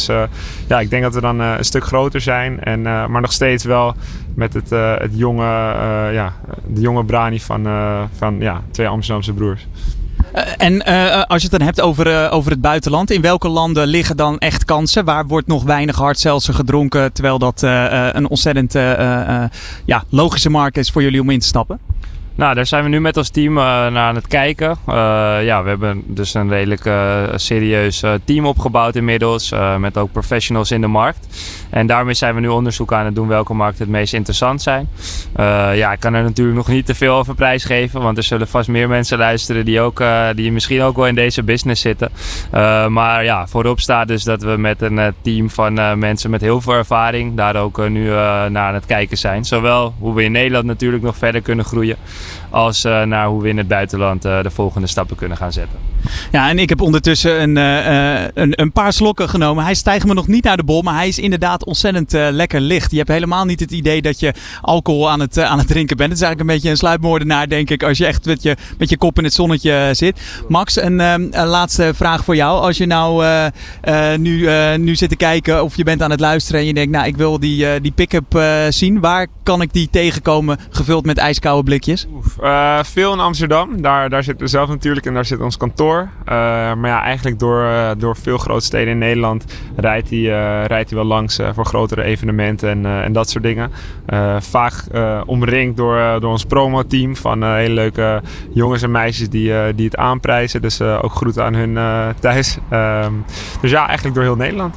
S7: ja, ik denk dat we dan uh, een stuk groter zijn. En, uh, maar nog steeds wel met het, uh, het jonge, uh, ja, de jonge brani van, uh, van ja, twee Amsterdamse broers.
S3: Uh, en uh, als je het dan hebt over, uh, over het buitenland, in welke landen liggen dan echt kansen? Waar wordt nog weinig hard seltzer gedronken, terwijl dat uh, uh, een ontzettend uh, uh, ja, logische markt is voor jullie om in te stappen?
S6: Nou, daar zijn we nu met ons team uh, naar aan het kijken. Uh, ja, we hebben dus een redelijk uh, serieus uh, team opgebouwd inmiddels. Uh, met ook professionals in de markt. En daarmee zijn we nu onderzoek aan het doen welke markten het meest interessant zijn. Uh, ja, ik kan er natuurlijk nog niet te veel over prijs geven. Want er zullen vast meer mensen luisteren die, ook, uh, die misschien ook wel in deze business zitten. Uh, maar ja, voorop staat dus dat we met een uh, team van uh, mensen met heel veel ervaring daar ook uh, nu uh, naar aan het kijken zijn. Zowel hoe we in Nederland natuurlijk nog verder kunnen groeien. Als uh, naar hoe we in het buitenland uh, de volgende stappen kunnen gaan zetten.
S3: Ja, en ik heb ondertussen een, uh, een, een paar slokken genomen. Hij stijgt me nog niet naar de bol, maar hij is inderdaad ontzettend uh, lekker licht. Je hebt helemaal niet het idee dat je alcohol aan het, uh, aan het drinken bent. Het is eigenlijk een beetje een sluipmoordenaar, denk ik, als je echt met je, met je kop in het zonnetje zit. Max, een, uh, een laatste vraag voor jou. Als je nou uh, uh, nu, uh, nu zit te kijken of je bent aan het luisteren en je denkt, nou, ik wil die, uh, die pick-up uh, zien. Waar kan ik die tegenkomen gevuld met ijskoude blikjes?
S7: Oef, uh, veel in Amsterdam. Daar, daar zitten we zelf natuurlijk en daar zit ons kantoor. Uh, maar ja, eigenlijk door, uh, door veel grote steden in Nederland rijdt hij, uh, rijdt hij wel langs uh, voor grotere evenementen en, uh, en dat soort dingen. Uh, vaak uh, omringd door, uh, door ons promoteam van uh, hele leuke jongens en meisjes die, uh, die het aanprijzen. Dus uh, ook groeten aan hun uh, thuis. Uh, dus ja, eigenlijk door heel Nederland.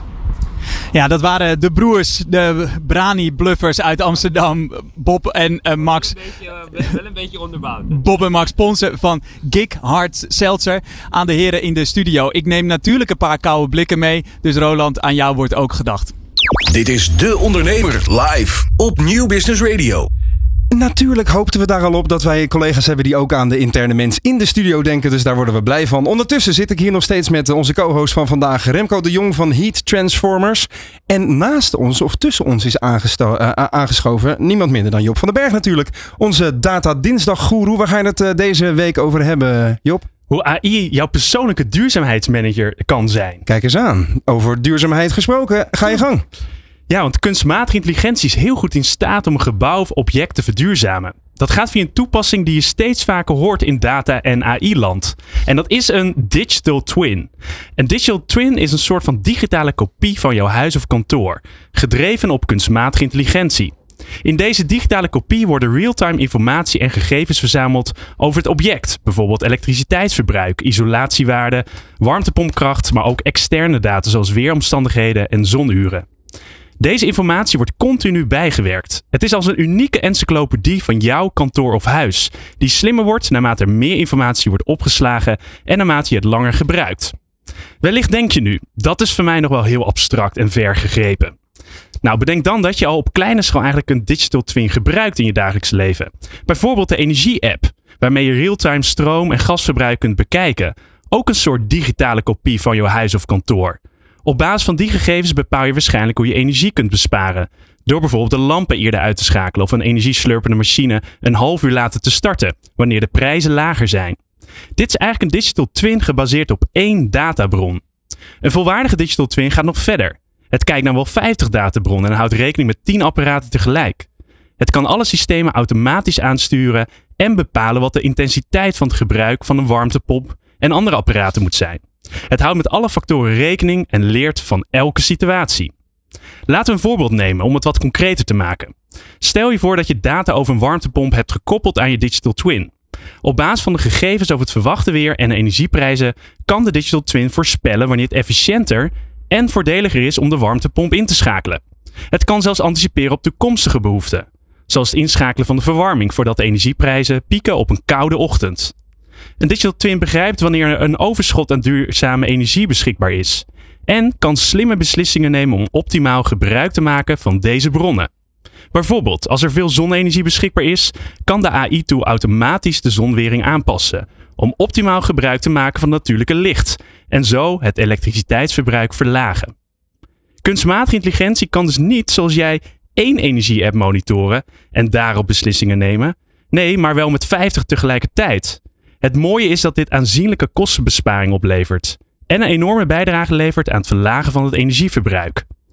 S3: Ja, dat waren de broers, de Brani-bluffers uit Amsterdam, Bob en uh, Max.
S6: Wel een beetje, wel een beetje onderbouwd.
S3: Bob en Max Ponsen van Gig Hard Seltzer aan de heren in de studio. Ik neem natuurlijk een paar koude blikken mee, dus Roland, aan jou wordt ook gedacht.
S1: Dit is De Ondernemer live op Nieuw Business Radio.
S4: Natuurlijk hoopten we daar al op dat wij collega's hebben die ook aan de interne mens in de studio denken. Dus daar worden we blij van. Ondertussen zit ik hier nog steeds met onze co-host van vandaag, Remco de Jong van Heat Transformers. En naast ons, of tussen ons, is aangesto- uh, aangeschoven niemand minder dan Job van den Berg natuurlijk. Onze Data Dinsdag goeroe. Waar ga je het uh, deze week over hebben, Job?
S8: Hoe A I jouw persoonlijke duurzaamheidsmanager kan zijn.
S4: Kijk eens aan. Over duurzaamheid gesproken. Ga je gang.
S8: Ja, want kunstmatige intelligentie is heel goed in staat om een gebouw of object te verduurzamen. Dat gaat via een toepassing die je steeds vaker hoort in data- en A I-land. En dat is een digital twin. Een digital twin is een soort van digitale kopie van jouw huis of kantoor, gedreven op kunstmatige intelligentie. In deze digitale kopie worden real-time informatie en gegevens verzameld over het object. Bijvoorbeeld elektriciteitsverbruik, isolatiewaarde, warmtepompkracht, maar ook externe data zoals weeromstandigheden en zonuren. Deze informatie wordt continu bijgewerkt. Het is als een unieke encyclopedie van jouw kantoor of huis, die slimmer wordt naarmate er meer informatie wordt opgeslagen en naarmate je het langer gebruikt. Wellicht denk je nu, dat is voor mij nog wel heel abstract en ver gegrepen. Nou, bedenk dan dat je al op kleine schaal eigenlijk een digital twin gebruikt in je dagelijks leven. Bijvoorbeeld de energie-app, waarmee je real-time stroom- en gasverbruik kunt bekijken. Ook een soort digitale kopie van jouw huis of kantoor. Op basis van die gegevens bepaal je waarschijnlijk hoe je energie kunt besparen. Door bijvoorbeeld de lampen eerder uit te schakelen of een energieslurpende machine een half uur laten te starten, wanneer de prijzen lager zijn. Dit is eigenlijk een digital twin gebaseerd op één databron. Een volwaardige digital twin gaat nog verder. Het kijkt naar wel vijftig databronnen en houdt rekening met tien apparaten tegelijk. Het kan alle systemen automatisch aansturen en bepalen wat de intensiteit van het gebruik van een warmtepomp en andere apparaten moet zijn. Het houdt met alle factoren rekening en leert van elke situatie. Laten we een voorbeeld nemen om het wat concreter te maken. Stel je voor dat je data over een warmtepomp hebt gekoppeld aan je digital twin. Op basis van de gegevens over het verwachte weer en de energieprijzen kan de digital twin voorspellen wanneer het efficiënter en voordeliger is om de warmtepomp in te schakelen. Het kan zelfs anticiperen op toekomstige behoeften, zoals het inschakelen van de verwarming voordat de energieprijzen pieken op een koude ochtend. Een digital twin begrijpt wanneer er een overschot aan duurzame energie beschikbaar is en kan slimme beslissingen nemen om optimaal gebruik te maken van deze bronnen. Bijvoorbeeld, als er veel zonne-energie beschikbaar is, kan de A I-tool automatisch de zonwering aanpassen om optimaal gebruik te maken van natuurlijke licht en zo het elektriciteitsverbruik verlagen. Kunstmatige intelligentie kan dus niet, zoals jij, één energie-app monitoren en daarop beslissingen nemen. Nee, maar wel met vijftig tegelijkertijd. Het mooie is dat dit aanzienlijke kostenbesparing oplevert en een enorme bijdrage levert aan het verlagen van het energieverbruik.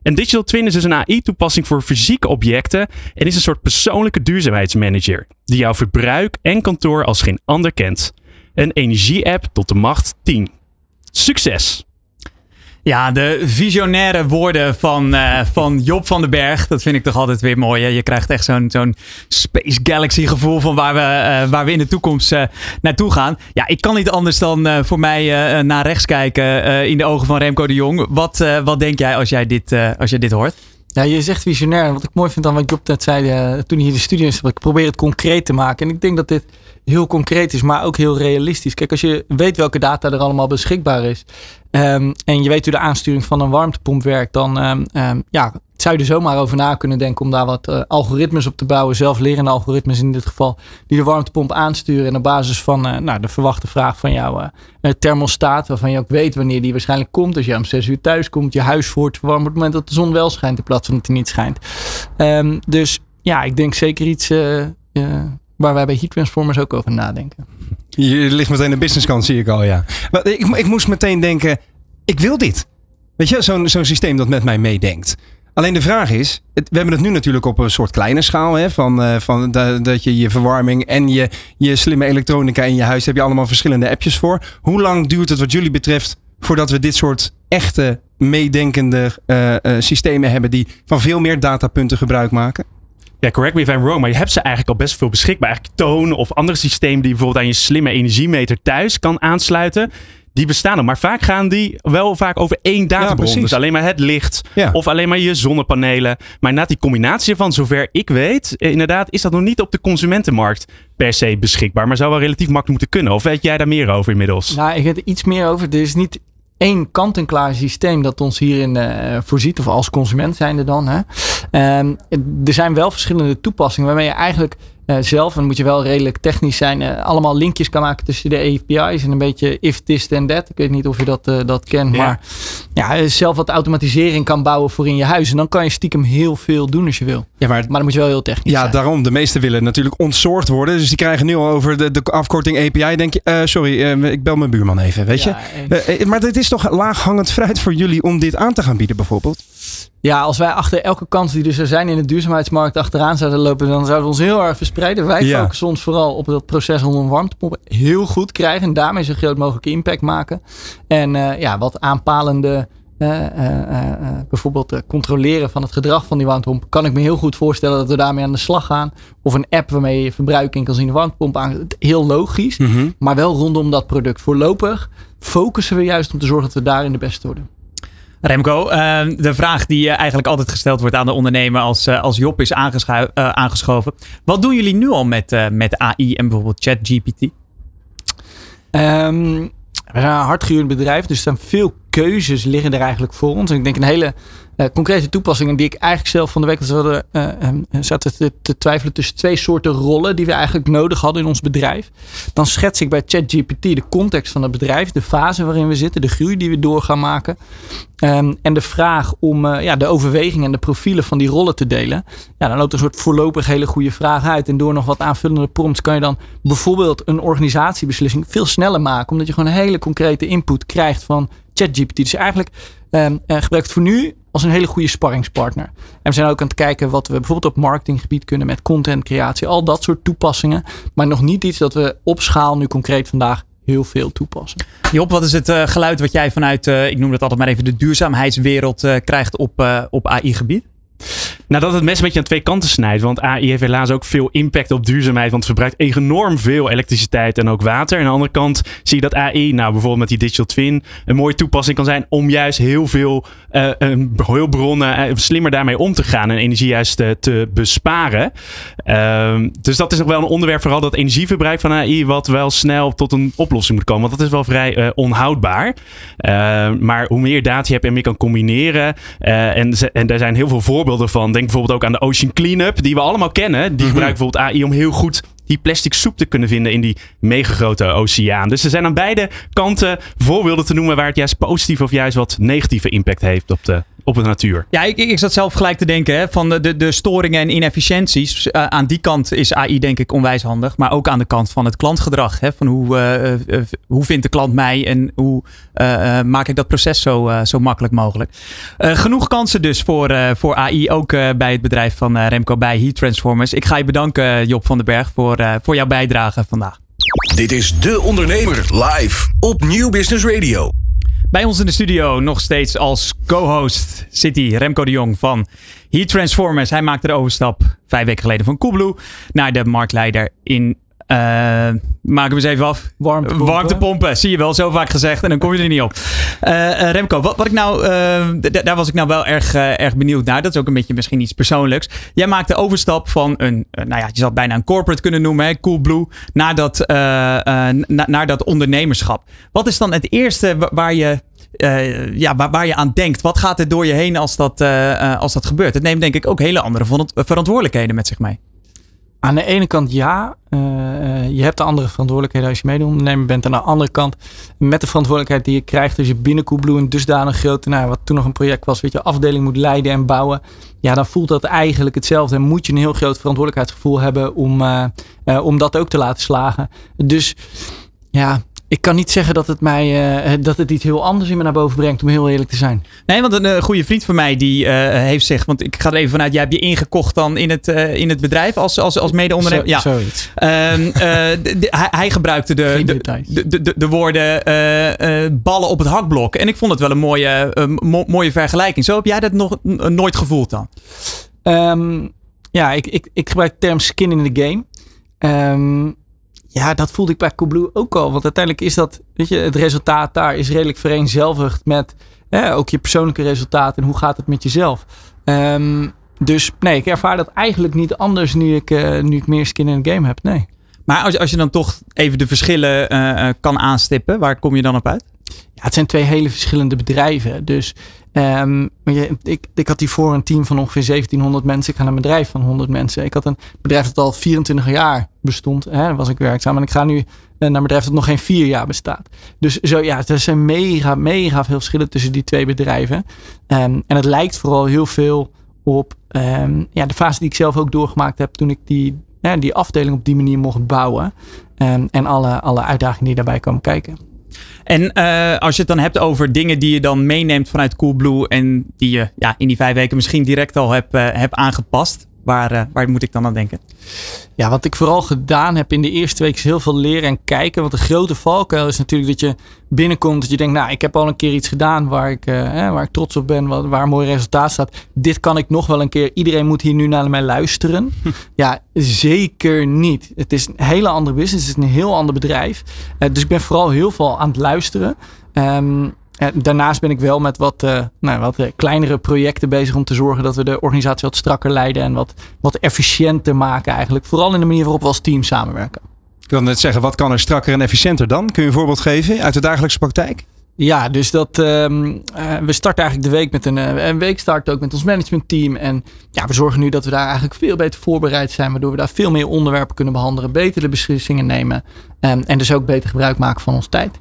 S8: Een Digital Twin is dus een A I-toepassing voor fysieke objecten en is een soort persoonlijke duurzaamheidsmanager die jouw verbruik en kantoor als geen ander kent. Een energie-app tot de macht tien. Succes!
S3: Ja, de visionaire woorden van, uh, van Job van den Berg. Dat vind ik toch altijd weer mooi. Hè? Je krijgt echt zo'n, zo'n Space Galaxy gevoel van waar we, uh, waar we in de toekomst uh, naartoe gaan. Ja, ik kan niet anders dan uh, voor mij uh, naar rechts kijken uh, in de ogen van Remco de Jong. Wat, uh, wat denk jij als jij dit, uh, als jij dit hoort?
S5: Ja, je zegt visionair. Wat ik mooi vind aan wat Job net zei uh, toen hij hier de studio is. Ik probeer het concreet te maken. En ik denk dat dit heel concreet is, maar ook heel realistisch. Kijk, als je weet welke data er allemaal beschikbaar is. Um, en je weet hoe de aansturing van een warmtepomp werkt. Dan um, um, ja, zou je er zomaar over na kunnen denken om daar wat uh, algoritmes op te bouwen. Zelflerende algoritmes in dit geval. Die de warmtepomp aansturen. En op basis van uh, nou, de verwachte vraag van jouw uh, thermostaat. Waarvan je ook weet wanneer die waarschijnlijk komt. Als je om zes uur thuis komt. Je huis voor te verwarmen op het moment dat de zon wel schijnt. In plaats van dat die niet schijnt. Um, dus ja, ik denk zeker iets uh, uh, waar wij bij Heat Transformers ook over nadenken.
S4: Hier ligt meteen een businesskant, zie ik al, ja. Maar ik, ik moest meteen denken, ik wil dit. Weet je, zo'n, zo'n systeem dat met mij meedenkt. Alleen de vraag is, het, we hebben het nu natuurlijk op een soort kleine schaal. Hè, van, uh, van da, dat je je verwarming en je, je slimme elektronica in je huis, heb je allemaal verschillende appjes voor. Hoe lang duurt het wat jullie betreft voordat we dit soort echte meedenkende uh, uh, systemen hebben die van veel meer datapunten gebruik maken?
S8: Ja, correct me if I'm wrong, maar je hebt ze eigenlijk al best veel beschikbaar. Eigenlijk Toon of andere systemen die bijvoorbeeld aan je slimme energiemeter thuis kan aansluiten. Die bestaan er, maar vaak gaan die wel vaak over één databron. Ja, dus alleen maar het licht ja. of alleen maar je zonnepanelen. Maar inderdaad die combinatie ervan, zover ik weet, inderdaad is dat nog niet op de consumentenmarkt per se beschikbaar. Maar zou wel relatief makkelijk moeten kunnen. Of weet jij daar meer over inmiddels?
S5: Nou, ik weet er iets meer over. Er is niet één kant-en-klaar systeem dat ons hierin uh, voorziet. Of als consument zijn er dan. Hè. Um, er zijn wel verschillende toepassingen waarmee je eigenlijk uh, zelf, en dan moet je wel redelijk technisch zijn, uh, allemaal linkjes kan maken tussen de A P I's en een beetje if this then that. Ik weet niet of je dat, uh, dat kent, ja. maar ja, zelf wat automatisering kan bouwen voor in je huis. En dan kan je stiekem heel veel doen als je wil. Ja, maar, maar dan moet je wel heel technisch
S4: ja,
S5: zijn.
S4: Ja, daarom. De meesten willen natuurlijk ontzorgd worden. Dus die krijgen nu al over de, de afkorting A P I. Denk je, uh, sorry, uh, ik bel mijn buurman even, weet ja, je. Uh, maar het is toch laaghangend fruit voor jullie om dit aan te gaan bieden bijvoorbeeld?
S5: Ja, als wij achter elke kans die er zou zijn in de duurzaamheidsmarkt achteraan zouden lopen, dan zouden we ons heel erg verspreiden. Wij ja. focussen ons vooral op dat proces rondom warmtepompen heel goed krijgen en daarmee zo groot mogelijke impact maken. En uh, ja, wat aanpalende uh, uh, uh, bijvoorbeeld uh, controleren van het gedrag van die warmtepomp, kan ik me heel goed voorstellen dat we daarmee aan de slag gaan. Of een app waarmee je verbruik in kan zien de warmtepomp aan. Heel logisch, mm-hmm. maar wel rondom dat product. Voorlopig focussen we juist om te zorgen dat we daarin de beste worden.
S3: Remco, uh, de vraag die uh, eigenlijk altijd gesteld wordt aan de ondernemer als, uh, als Job is aangeschu- uh, aangeschoven. Wat doen jullie nu al met, uh, met A I en bijvoorbeeld ChatGPT?
S5: Um, we zijn een hardgehuurd bedrijf, dus er zijn veel keuzes liggen er eigenlijk voor ons. En ik denk een hele uh, concrete toepassingen die ik eigenlijk zelf van de week we hadden, uh, um, zaten te, te twijfelen tussen twee soorten rollen die we eigenlijk nodig hadden in ons bedrijf. Dan schets ik bij ChatGPT de context van het bedrijf, de fase waarin we zitten, de groei die we door gaan maken. Um, en de vraag om uh, ja, de overwegingen en de profielen van die rollen te delen. Ja, dan loopt een soort voorlopig hele goede vraag uit. En door nog wat aanvullende prompts kan je dan bijvoorbeeld een organisatiebeslissing veel sneller maken. Omdat je gewoon een hele concrete input krijgt van ChatGPT. Dus eigenlijk um, uh, gebruikt het voor nu als een hele goede sparringspartner. En we zijn ook aan het kijken wat we bijvoorbeeld op marketinggebied kunnen met contentcreatie. Al dat soort toepassingen. Maar nog niet iets dat we op schaal nu concreet vandaag heel veel toepassen.
S3: Job, wat is het uh, geluid wat jij vanuit, uh, ik noem dat altijd maar even, de duurzaamheidswereld uh, krijgt op, uh, op A I-gebied?
S8: Nou, dat het mes een beetje aan twee kanten snijdt. Want A I heeft helaas ook veel impact op duurzaamheid. Want het verbruikt enorm veel elektriciteit en ook water. En aan de andere kant zie je dat A I, nou bijvoorbeeld met die Digital Twin, een mooie toepassing kan zijn om juist heel veel uh, um, heel bronnen uh, slimmer daarmee om te gaan en energie juist uh, te besparen. Uh, dus dat is nog wel een onderwerp, vooral dat energieverbruik van A I, wat wel snel tot een oplossing moet komen. Want dat is wel vrij uh, onhoudbaar. Uh, maar hoe meer data je hebt en meer kan combineren. Uh, en, en daar zijn heel veel voorbeelden van. Denk bijvoorbeeld ook aan de Ocean Cleanup, die we allemaal kennen. Die mm-hmm. gebruiken bijvoorbeeld A I om heel goed die plastic soep te kunnen vinden in die megagrote oceaan. Dus er zijn aan beide kanten voorbeelden te noemen waar het juist positief of juist wat negatieve impact heeft op de op de natuur.
S3: Ja, ik, ik zat zelf gelijk te denken hè, van de, de, de storingen en inefficiënties. Uh, aan die kant is A I denk ik onwijs handig. Maar ook aan de kant van het klantgedrag. Hè, van hoe, uh, uh, hoe vindt de klant mij en hoe uh, uh, maak ik dat proces zo, uh, zo makkelijk mogelijk. Uh, genoeg kansen dus voor, uh, voor A I. Ook uh, bij het bedrijf van uh, Remco bij Heat Transformers. Ik ga je bedanken Job van den Berg voor, uh, voor jouw bijdrage vandaag.
S1: Dit is De Ondernemer live op Nieuw Business Radio.
S3: Bij ons in de studio nog steeds als co-host zit hij, Remco de Jong van Heat Transformers. Hij maakte de overstap vijf weken geleden van Coolblue naar de marktleider in... Uh, maak hem eens even af.
S5: Warmtepompen.
S3: Warmtepompen, zie je wel, zo vaak gezegd en dan kom je er niet op. Uh, uh, Remco, wat, wat ik nou, uh, d- daar was ik nou wel erg, uh, erg benieuwd naar. Dat is ook een beetje misschien iets persoonlijks. Jij maakt de overstap van een, uh, nou ja, je zou het bijna een corporate kunnen noemen, hè, Coolblue, naar dat, uh, uh, na, naar dat ondernemerschap. Wat is dan het eerste waar je, uh, ja, waar, waar je aan denkt? Wat gaat er door je heen als dat, uh, uh, als dat gebeurt? Het neemt denk ik ook hele andere verantwoordelijkheden met zich mee.
S5: Aan de ene kant ja, uh, uh, je hebt de andere verantwoordelijkheden als je mede-ondernemer bent. En aan de andere kant met de verantwoordelijkheid die je krijgt als je binnen Coolblue een dusdanig grote, nou, wat toen nog een project was, weet je, afdeling moet leiden en bouwen. Ja, dan voelt dat eigenlijk hetzelfde. En moet je een heel groot verantwoordelijkheidsgevoel hebben om, uh, uh, om dat ook te laten slagen. Dus ja, ik kan niet zeggen dat het mij uh, dat het iets heel anders in me naar boven brengt, om heel eerlijk te zijn.
S3: Nee, want een uh, goede vriend van mij die uh, heeft zich, want ik ga er even vanuit, jij hebt je ingekocht dan in het, uh, in het bedrijf als, als, als mede-ondernemer.
S5: Zo,
S3: ja,
S5: zoiets.
S3: Uh, uh, de, de, hij, hij gebruikte de, de, de, de, de woorden uh, uh, ballen op het hakblok. En ik vond het wel een mooie, uh, mo- mooie vergelijking. Zo heb jij dat nog uh, nooit gevoeld dan?
S5: Um, ja, ik, ik, ik gebruik de term skin in the game. Um, Ja, dat voelde ik bij Coolblue ook al. Want uiteindelijk is dat, weet je, het resultaat daar is redelijk vereenzelvigd met eh, ook je persoonlijke resultaat en hoe gaat het met jezelf. Um, dus nee, ik ervaar dat eigenlijk niet anders nu ik, uh, nu ik meer skin in the game heb. Nee.
S3: Maar als, als je dan toch even de verschillen uh, kan aanstippen, waar kom je dan op uit?
S5: Ja, het zijn twee hele verschillende bedrijven. Dus um, ik, ik had hiervoor een team van ongeveer zeventienhonderd mensen. Ik ga naar een bedrijf van honderd mensen. Ik had een bedrijf dat al vierentwintig jaar bestond. Hè, daar was ik werkzaam. En ik ga nu uh, naar een bedrijf dat nog geen vier jaar bestaat. Dus zo, ja, er zijn mega, mega veel verschillen tussen die twee bedrijven. Um, en het lijkt vooral heel veel op um, ja, de fase die ik zelf ook doorgemaakt heb toen ik die, ja, die afdeling op die manier mocht bouwen. Um, en alle, alle uitdagingen die daarbij komen kijken.
S3: En uh, als je het dan hebt over dingen die je dan meeneemt vanuit Coolblue en die je ja, in die vijf weken misschien direct al hebt, uh, hebt aangepast, waar, uh, waar moet ik dan aan denken?
S5: Ja, wat ik vooral gedaan heb in de eerste week is heel veel leren en kijken. Want de grote valkuil is natuurlijk dat je binnenkomt, dat je denkt, nou, ik heb al een keer iets gedaan waar ik, uh, hè, waar ik trots op ben, waar, waar een mooi resultaat staat. Dit kan ik nog wel een keer. Iedereen moet hier nu naar mij luisteren. Ja, zeker niet. Het is een hele andere business. Het is een heel ander bedrijf. Uh, dus ik ben vooral heel veel aan het luisteren. Um, Daarnaast ben ik wel met wat, uh, nou, wat uh, kleinere projecten bezig om te zorgen dat we de organisatie wat strakker leiden en wat, wat efficiënter maken eigenlijk. Vooral in de manier waarop we als team samenwerken.
S4: Ik wil net zeggen, wat kan er strakker en efficiënter dan? Kun je een voorbeeld geven uit de dagelijkse praktijk?
S5: Ja, dus dat um, uh, we starten eigenlijk de week met een, uh, een weekstart ook met ons managementteam. En ja, we zorgen nu dat we daar eigenlijk veel beter voorbereid zijn. Waardoor we daar veel meer onderwerpen kunnen behandelen. Beter de beslissingen nemen. Um, en dus ook beter gebruik maken van onze tijd.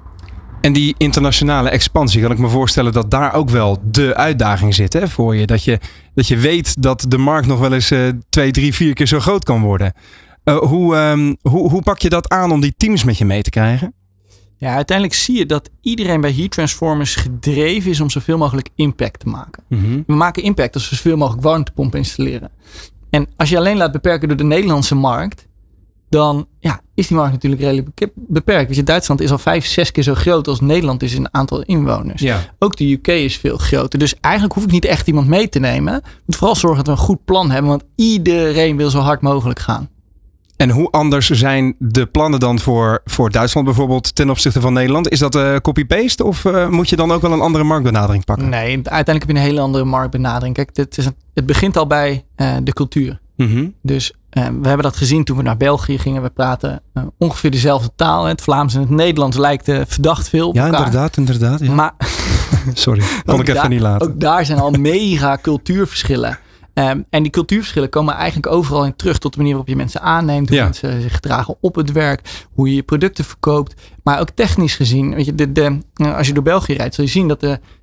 S4: En die internationale expansie, kan ik me voorstellen dat daar ook wel de uitdaging zit, hè, voor je. Dat je, dat je weet dat de markt nog wel eens uh, twee, drie, vier keer zo groot kan worden. Uh, hoe, um, hoe, hoe pak je dat aan om die teams met je mee te krijgen?
S5: Ja, uiteindelijk zie je dat iedereen bij Heat Transformers gedreven is om zoveel mogelijk impact te maken. Mm-hmm. We maken impact als we zoveel mogelijk warmtepompen installeren. En als je alleen laat beperken door de Nederlandse markt, dan ja, is die markt natuurlijk redelijk beperkt. Dus Duitsland is al vijf, zes keer zo groot als Nederland is in aantal inwoners. Ja. Ook de U K is veel groter. Dus eigenlijk hoef ik niet echt iemand mee te nemen. Ik moet vooral zorgen dat we een goed plan hebben. Want iedereen wil zo hard mogelijk gaan.
S4: En hoe anders zijn de plannen dan voor, voor Duitsland bijvoorbeeld ten opzichte van Nederland? Is dat uh, copy-paste of uh, moet je dan ook wel een andere marktbenadering pakken?
S5: Nee, uiteindelijk heb je een hele andere marktbenadering. Kijk, dit is een, het begint al bij uh, de cultuur. Mm-hmm. Dus uh, we hebben dat gezien toen we naar België gingen. We praten uh, ongeveer dezelfde taal. Het Vlaams en het Nederlands lijkt uh, verdacht veel op
S4: ja,
S5: elkaar.
S4: inderdaad, inderdaad. Ja.
S5: Maar
S4: sorry, kon ik even
S5: daar,
S4: niet laten.
S5: Ook daar zijn al mega cultuurverschillen. Um, en die cultuurverschillen komen eigenlijk overal in terug tot de manier waarop je mensen aanneemt, hoe ja. mensen zich gedragen op het werk, hoe je je producten verkoopt. Maar ook technisch gezien, weet je, de, de, als je door België rijdt, zul je zien dat de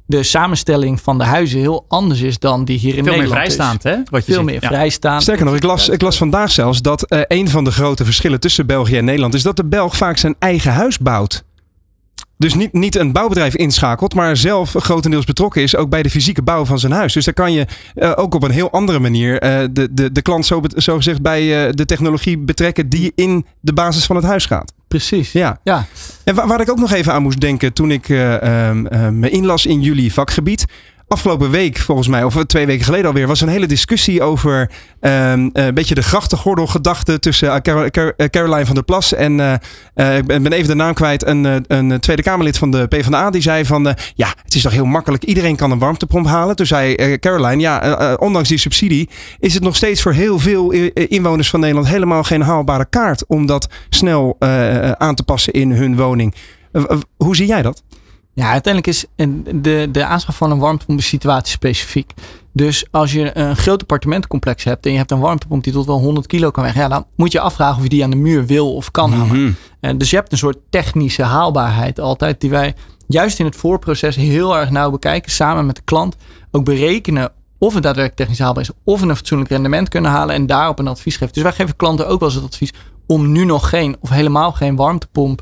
S5: de samenstelling van de huizen heel anders is dan die hier in
S3: Veel
S5: Nederland
S3: meer vrijstaand,
S5: is.
S3: hè? Wat je
S5: Veel
S3: ziet.
S5: meer
S3: Ja.
S5: vrijstaand.
S4: Sterker nog, ik las, ik las vandaag zelfs dat uh, een van de grote verschillen tussen België en Nederland is dat de Belg vaak zijn eigen huis bouwt. Dus niet, niet een bouwbedrijf inschakelt, maar zelf grotendeels betrokken is ook bij de fysieke bouw van zijn huis. Dus daar kan je uh, ook op een heel andere manier uh, de, de, de klant zo, zo gezegd bij uh, de technologie betrekken die in de basis van het huis gaat.
S5: Precies.
S4: Ja.
S5: ja.
S4: En waar, waar ik ook nog even aan moest denken toen ik uh, uh, uh, me inlas in jullie vakgebied. Afgelopen week, volgens mij, of twee weken geleden alweer, was een hele discussie over um, een beetje de grachtengordelgedachte tussen uh, Car- Car- Caroline van der Plas en, uh, uh, ik ben even de naam kwijt, een, uh, een Tweede Kamerlid van de PvdA. Die zei van, uh, ja, het is toch heel makkelijk, iedereen kan een warmtepomp halen. Toen zei uh, Caroline, ja, uh, uh, ondanks die subsidie is het nog steeds voor heel veel inwoners van Nederland helemaal geen haalbare kaart om dat snel uh, aan te passen in hun woning. Uh, uh, hoe zie jij dat?
S5: Ja, uiteindelijk is de, de aanschaf van een warmtepomp situatie specifiek. Dus als je een groot appartementencomplex hebt en je hebt een warmtepomp die tot wel honderd kilo kan wegen, ja, dan moet je afvragen of je die aan de muur wil of kan hangen. Mm-hmm. Uh, dus je hebt een soort technische haalbaarheid altijd die wij juist in het voorproces heel erg nauw bekijken, samen met de klant ook berekenen of het daadwerkelijk technisch haalbaar is, of we een fatsoenlijk rendement kunnen halen en daarop een advies geven. Dus wij geven klanten ook wel eens het advies om nu nog geen of helemaal geen warmtepomp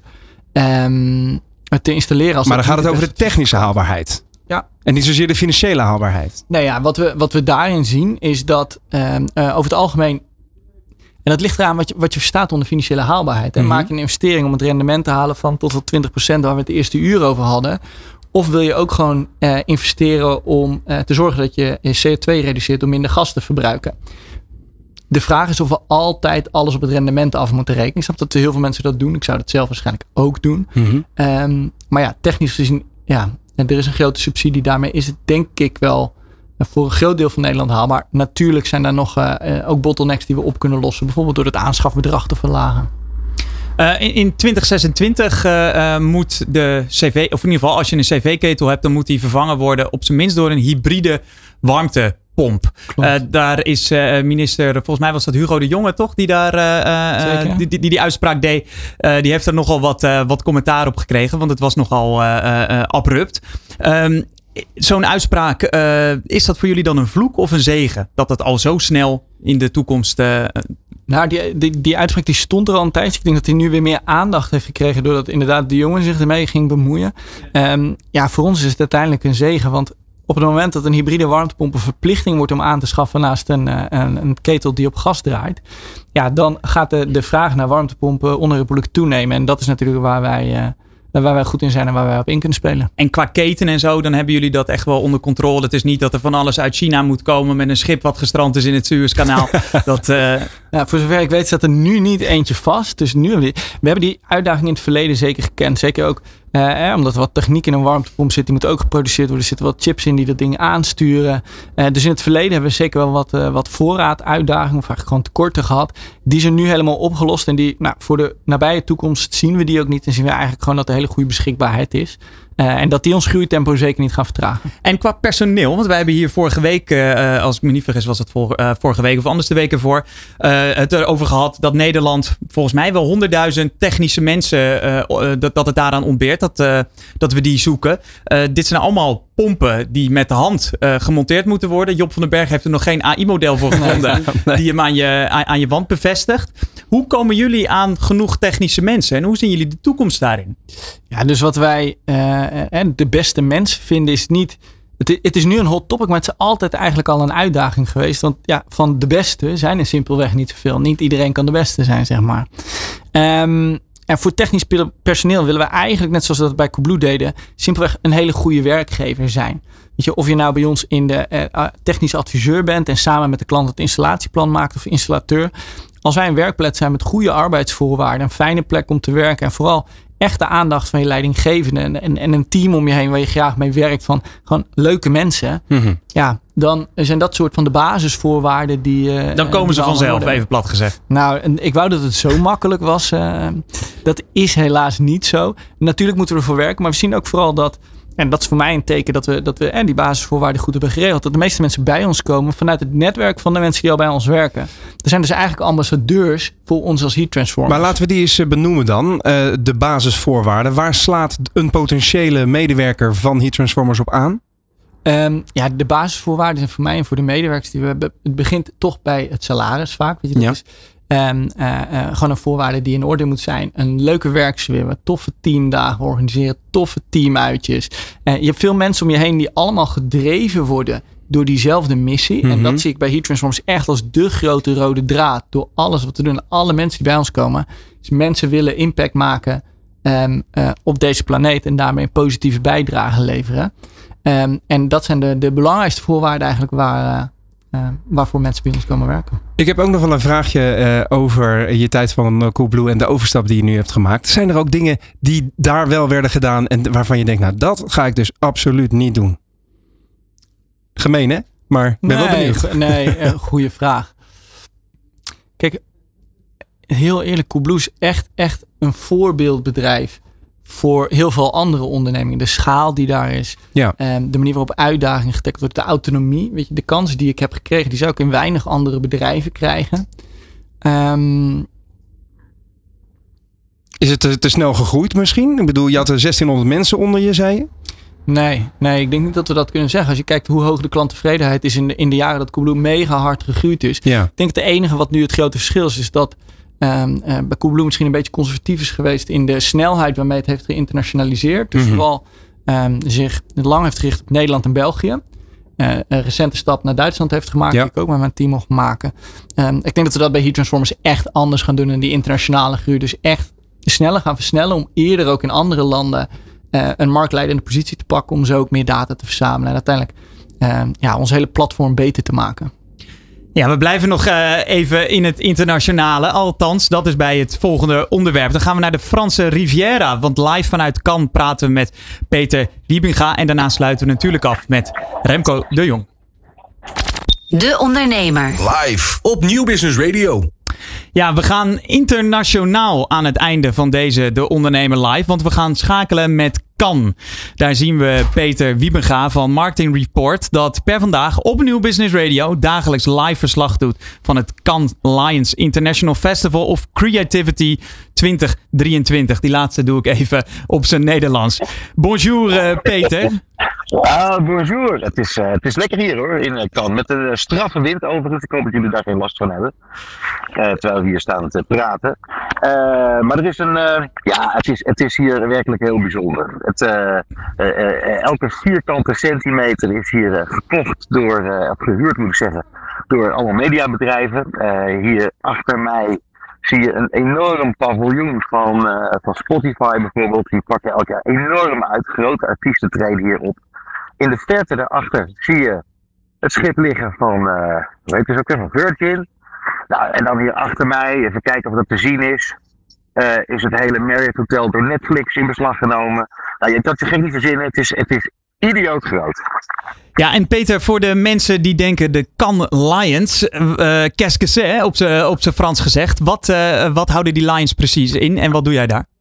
S5: um, te installeren. Als
S4: maar dan gaat het over de technische haalbaarheid.
S5: Ja.
S4: En niet zozeer de financiële haalbaarheid.
S5: Nou ja, wat we, wat we daarin zien is dat uh, uh, over het algemeen, en dat ligt eraan wat je, wat je verstaat onder financiële haalbaarheid. En mm-hmm. Maak je een investering om het rendement te halen van tot wel twintig procent waar we het de eerste uur over hadden. Of wil je ook gewoon uh, investeren om uh, te zorgen dat je C O twee reduceert door minder gas te verbruiken. De vraag is of we altijd alles op het rendement af moeten rekenen. Ik snap dat heel veel mensen dat doen. Ik zou dat zelf waarschijnlijk ook doen. Mm-hmm. Um, maar ja, technisch gezien, ja, er is een grote subsidie. Daarmee is het denk ik wel voor een groot deel van Nederland haalbaar. Natuurlijk zijn daar nog uh, uh, ook bottlenecks die we op kunnen lossen. Bijvoorbeeld door het aanschafbedrag te verlagen.
S3: Uh, in, in twintig zesentwintig uh, uh, moet de cv, of in ieder geval als je een cv-ketel hebt, dan moet die vervangen worden op zijn minst door een hybride warmte. Pomp. Uh, daar is uh, minister, volgens mij was dat Hugo de Jonge toch, die daar uh, uh, die, die, die uitspraak deed. Uh, die heeft er nogal wat, uh, wat commentaar op gekregen, want het was nogal uh, uh, abrupt. Um, zo'n uitspraak, uh, is dat voor jullie dan een vloek of een zegen? Dat het al zo snel in de toekomst... Uh,
S5: Nou, die, die, die uitspraak die stond er al een tijdje. Ik denk dat hij nu weer meer aandacht heeft gekregen doordat inderdaad de jongen zich ermee ging bemoeien. Um, ja, voor ons is het uiteindelijk een zegen, want op het moment dat een hybride warmtepomp een verplichting wordt om aan te schaffen naast een, een, een ketel die op gas draait, ja, dan gaat de, de vraag naar warmtepompen onherroepelijk toenemen. En dat is natuurlijk waar wij, uh, waar wij goed in zijn en waar wij op in kunnen spelen.
S3: En qua keten en zo, dan hebben jullie dat echt wel onder controle. Het is niet dat er van alles uit China moet komen met een schip wat gestrand is in het Suezkanaal. dat, uh...
S5: ja, voor zover ik weet staat er nu niet eentje vast. Dus nu, we hebben die uitdaging in het verleden zeker gekend. Zeker ook Uh, eh, omdat er wat techniek in een warmtepomp zit. Die moet ook geproduceerd worden. Er zitten wat chips in die dat ding aansturen. Uh, dus in het verleden hebben we zeker wel wat, uh, wat voorraaduitdagingen. Of eigenlijk gewoon tekorten gehad. Die zijn nu helemaal opgelost. En die, nou, voor de nabije toekomst zien we die ook niet. En zien we eigenlijk gewoon dat er hele goede beschikbaarheid is. Uh, en dat die ons groeitempo zeker niet gaan vertragen.
S3: En qua personeel, want wij hebben hier vorige week, uh, als ik me niet vergis was het vor, uh, vorige week of anders de week ervoor, uh, het erover gehad dat Nederland volgens mij wel honderdduizend technische mensen, uh, uh, dat, dat het daaraan ontbeert, dat, uh, dat we die zoeken. Uh, dit zijn allemaal pompen die met de hand uh, gemonteerd moeten worden. Job van den Berg heeft er nog geen A I-model voor gevonden nee, nee. die hem aan je, aan, aan je wand bevestigt. Hoe komen jullie aan genoeg technische mensen en hoe zien jullie de toekomst daarin?
S5: Ja, dus wat wij uh, de beste mensen vinden is niet... Het, het is nu een hot topic, maar het is altijd eigenlijk al een uitdaging geweest. Want ja, van de beste zijn er simpelweg niet zoveel. Niet iedereen kan de beste zijn, zeg maar. Um, en voor technisch personeel willen we eigenlijk, net zoals we dat bij Coolblue deden, simpelweg een hele goede werkgever zijn. Weet je, of je nou bij ons in de uh, technische adviseur bent en samen met de klant het installatieplan maakt of installateur. Als wij een werkplek zijn met goede arbeidsvoorwaarden, een fijne plek om te werken en vooral echte aandacht van je leidinggevende en, en, en een team om je heen waar je graag mee werkt van gewoon leuke mensen. Mm-hmm. Ja, dan zijn dat soort van de basisvoorwaarden die... Uh,
S3: dan komen
S5: die
S3: ze vanzelf, worden. Even plat gezegd.
S5: Nou, ik wou dat het zo makkelijk was. Uh, dat is helaas niet zo. Natuurlijk moeten we ervoor werken, maar we zien ook vooral dat... En dat is voor mij een teken dat we, dat we en die basisvoorwaarden goed hebben geregeld. Dat de meeste mensen bij ons komen vanuit het netwerk van de mensen die al bij ons werken. Er zijn dus eigenlijk ambassadeurs voor ons als Heat Transformers.
S4: Maar laten we die eens benoemen dan. Uh, de basisvoorwaarden. Waar slaat een potentiële medewerker van Heat Transformers op aan?
S5: Um, ja, de basisvoorwaarden zijn voor mij en voor de medewerkers die we hebben. Het begint toch bij het salaris vaak. Weet je, dat
S4: Ja.
S5: is um, uh, uh, gewoon een voorwaarde die in orde moet zijn. Een leuke werksfeer, toffe teamdagen organiseren, toffe teamuitjes. Uh, je hebt veel mensen om je heen die allemaal gedreven worden door diezelfde missie. Mm-hmm. En dat zie ik bij Heat Transformers echt als de grote rode draad. Door alles wat we doen, alle mensen die bij ons komen. Dus mensen willen impact maken um, uh, op deze planeet en daarmee een positieve bijdrage leveren. Um, en dat zijn de, de belangrijkste voorwaarden eigenlijk waar, uh, uh, waarvoor mensen bij ons komen werken.
S4: Ik heb ook nog wel een vraagje uh, over je tijd van uh, Coolblue en de overstap die je nu hebt gemaakt. Zijn er ook dingen die daar wel werden gedaan en waarvan je denkt, nou dat ga ik dus absoluut niet doen? Gemeen hè? Maar ik ben
S5: nee,
S4: wel benieuwd.
S5: Nee, uh, goede vraag. Kijk, heel eerlijk, Coolblue is echt, echt een voorbeeldbedrijf voor heel veel andere ondernemingen. De schaal die daar is.
S4: Ja.
S5: En de manier waarop uitdagingen getackled wordt. De autonomie. Weet je, de kansen die ik heb gekregen, die zou ik in weinig andere bedrijven krijgen. Um,
S4: is het te, te snel gegroeid misschien? Ik bedoel, je had er zestienhonderd mensen onder je, zei je?
S5: Nee, nee, ik denk niet dat we dat kunnen zeggen. Als je kijkt hoe hoog de klanttevredenheid is in de, in de jaren dat Coolblue mega hard gegroeid is.
S4: Ja.
S5: Ik denk het enige wat nu het grote verschil is, is dat Um, uh, bij Coolblue misschien een beetje conservatief is geweest in de snelheid waarmee het heeft geïnternationaliseerd. Dus mm-hmm. vooral um, zich lang heeft gericht op Nederland en België. Uh, een recente stap naar Duitsland heeft gemaakt, ja. die ik ook met mijn team mocht maken. Um, ik denk dat we dat bij Heat Transformers echt anders gaan doen in die internationale groei. Dus echt sneller gaan versnellen om eerder ook in andere landen uh, een marktleidende positie te pakken. Om zo ook meer data te verzamelen en uiteindelijk uh, ja, ons hele platform beter te maken.
S3: Ja, we blijven nog uh, even in het internationale. Althans, dat is bij het volgende onderwerp. Dan gaan we naar de Franse Riviera. Want live vanuit Cannes praten we met Peter Wiebinga. En daarna sluiten we natuurlijk af met Remco de Jong.
S2: De Ondernemer.
S1: Live op Nieuw Business Radio.
S3: Ja, we gaan internationaal aan het einde van deze De Ondernemer Live. Want we gaan schakelen met Cannes. Daar zien we Peter Wiebinga van Marketing Report dat per vandaag op Nieuw Business Radio dagelijks live verslag doet van het Cannes Lions International Festival of Creativity twintig drieëntwintig. Die laatste doe ik even op zijn Nederlands. Bonjour uh, Peter.
S9: Ah, bonjour. Het is, uh, het is lekker hier hoor, in Cannes. Met een straffe wind overigens. Ik hoop dat jullie daar geen last van hebben. Uh, terwijl we hier staan te praten. Uh, maar er is een, uh, ja, het is, het is hier werkelijk heel bijzonder. Het, uh, uh, uh, elke vierkante centimeter is hier uh, gekocht door, uh, of gehuurd moet ik zeggen, door allemaal mediabedrijven. Uh, hier achter mij zie je een enorm paviljoen van, uh, van Spotify bijvoorbeeld. Die pakken elk jaar enorm uit. Grote artiesten treden hier op. In de verte daarachter zie je het schip liggen van, uh, hoe heet het ook weer, van Virgin. Nou, en dan hier achter mij, even kijken of dat te zien is, uh, is het hele Marriott Hotel door Netflix in beslag genomen. Nou, je kan je gek niet verzinnen, het is, het is idioot groot.
S3: Ja, en Peter, voor de mensen die denken de Cannes Lions, uh, qu'est-ce que c'est, op z'n op z'n Frans gezegd. Wat, uh, wat houden die Lions precies in en wat doe jij daar?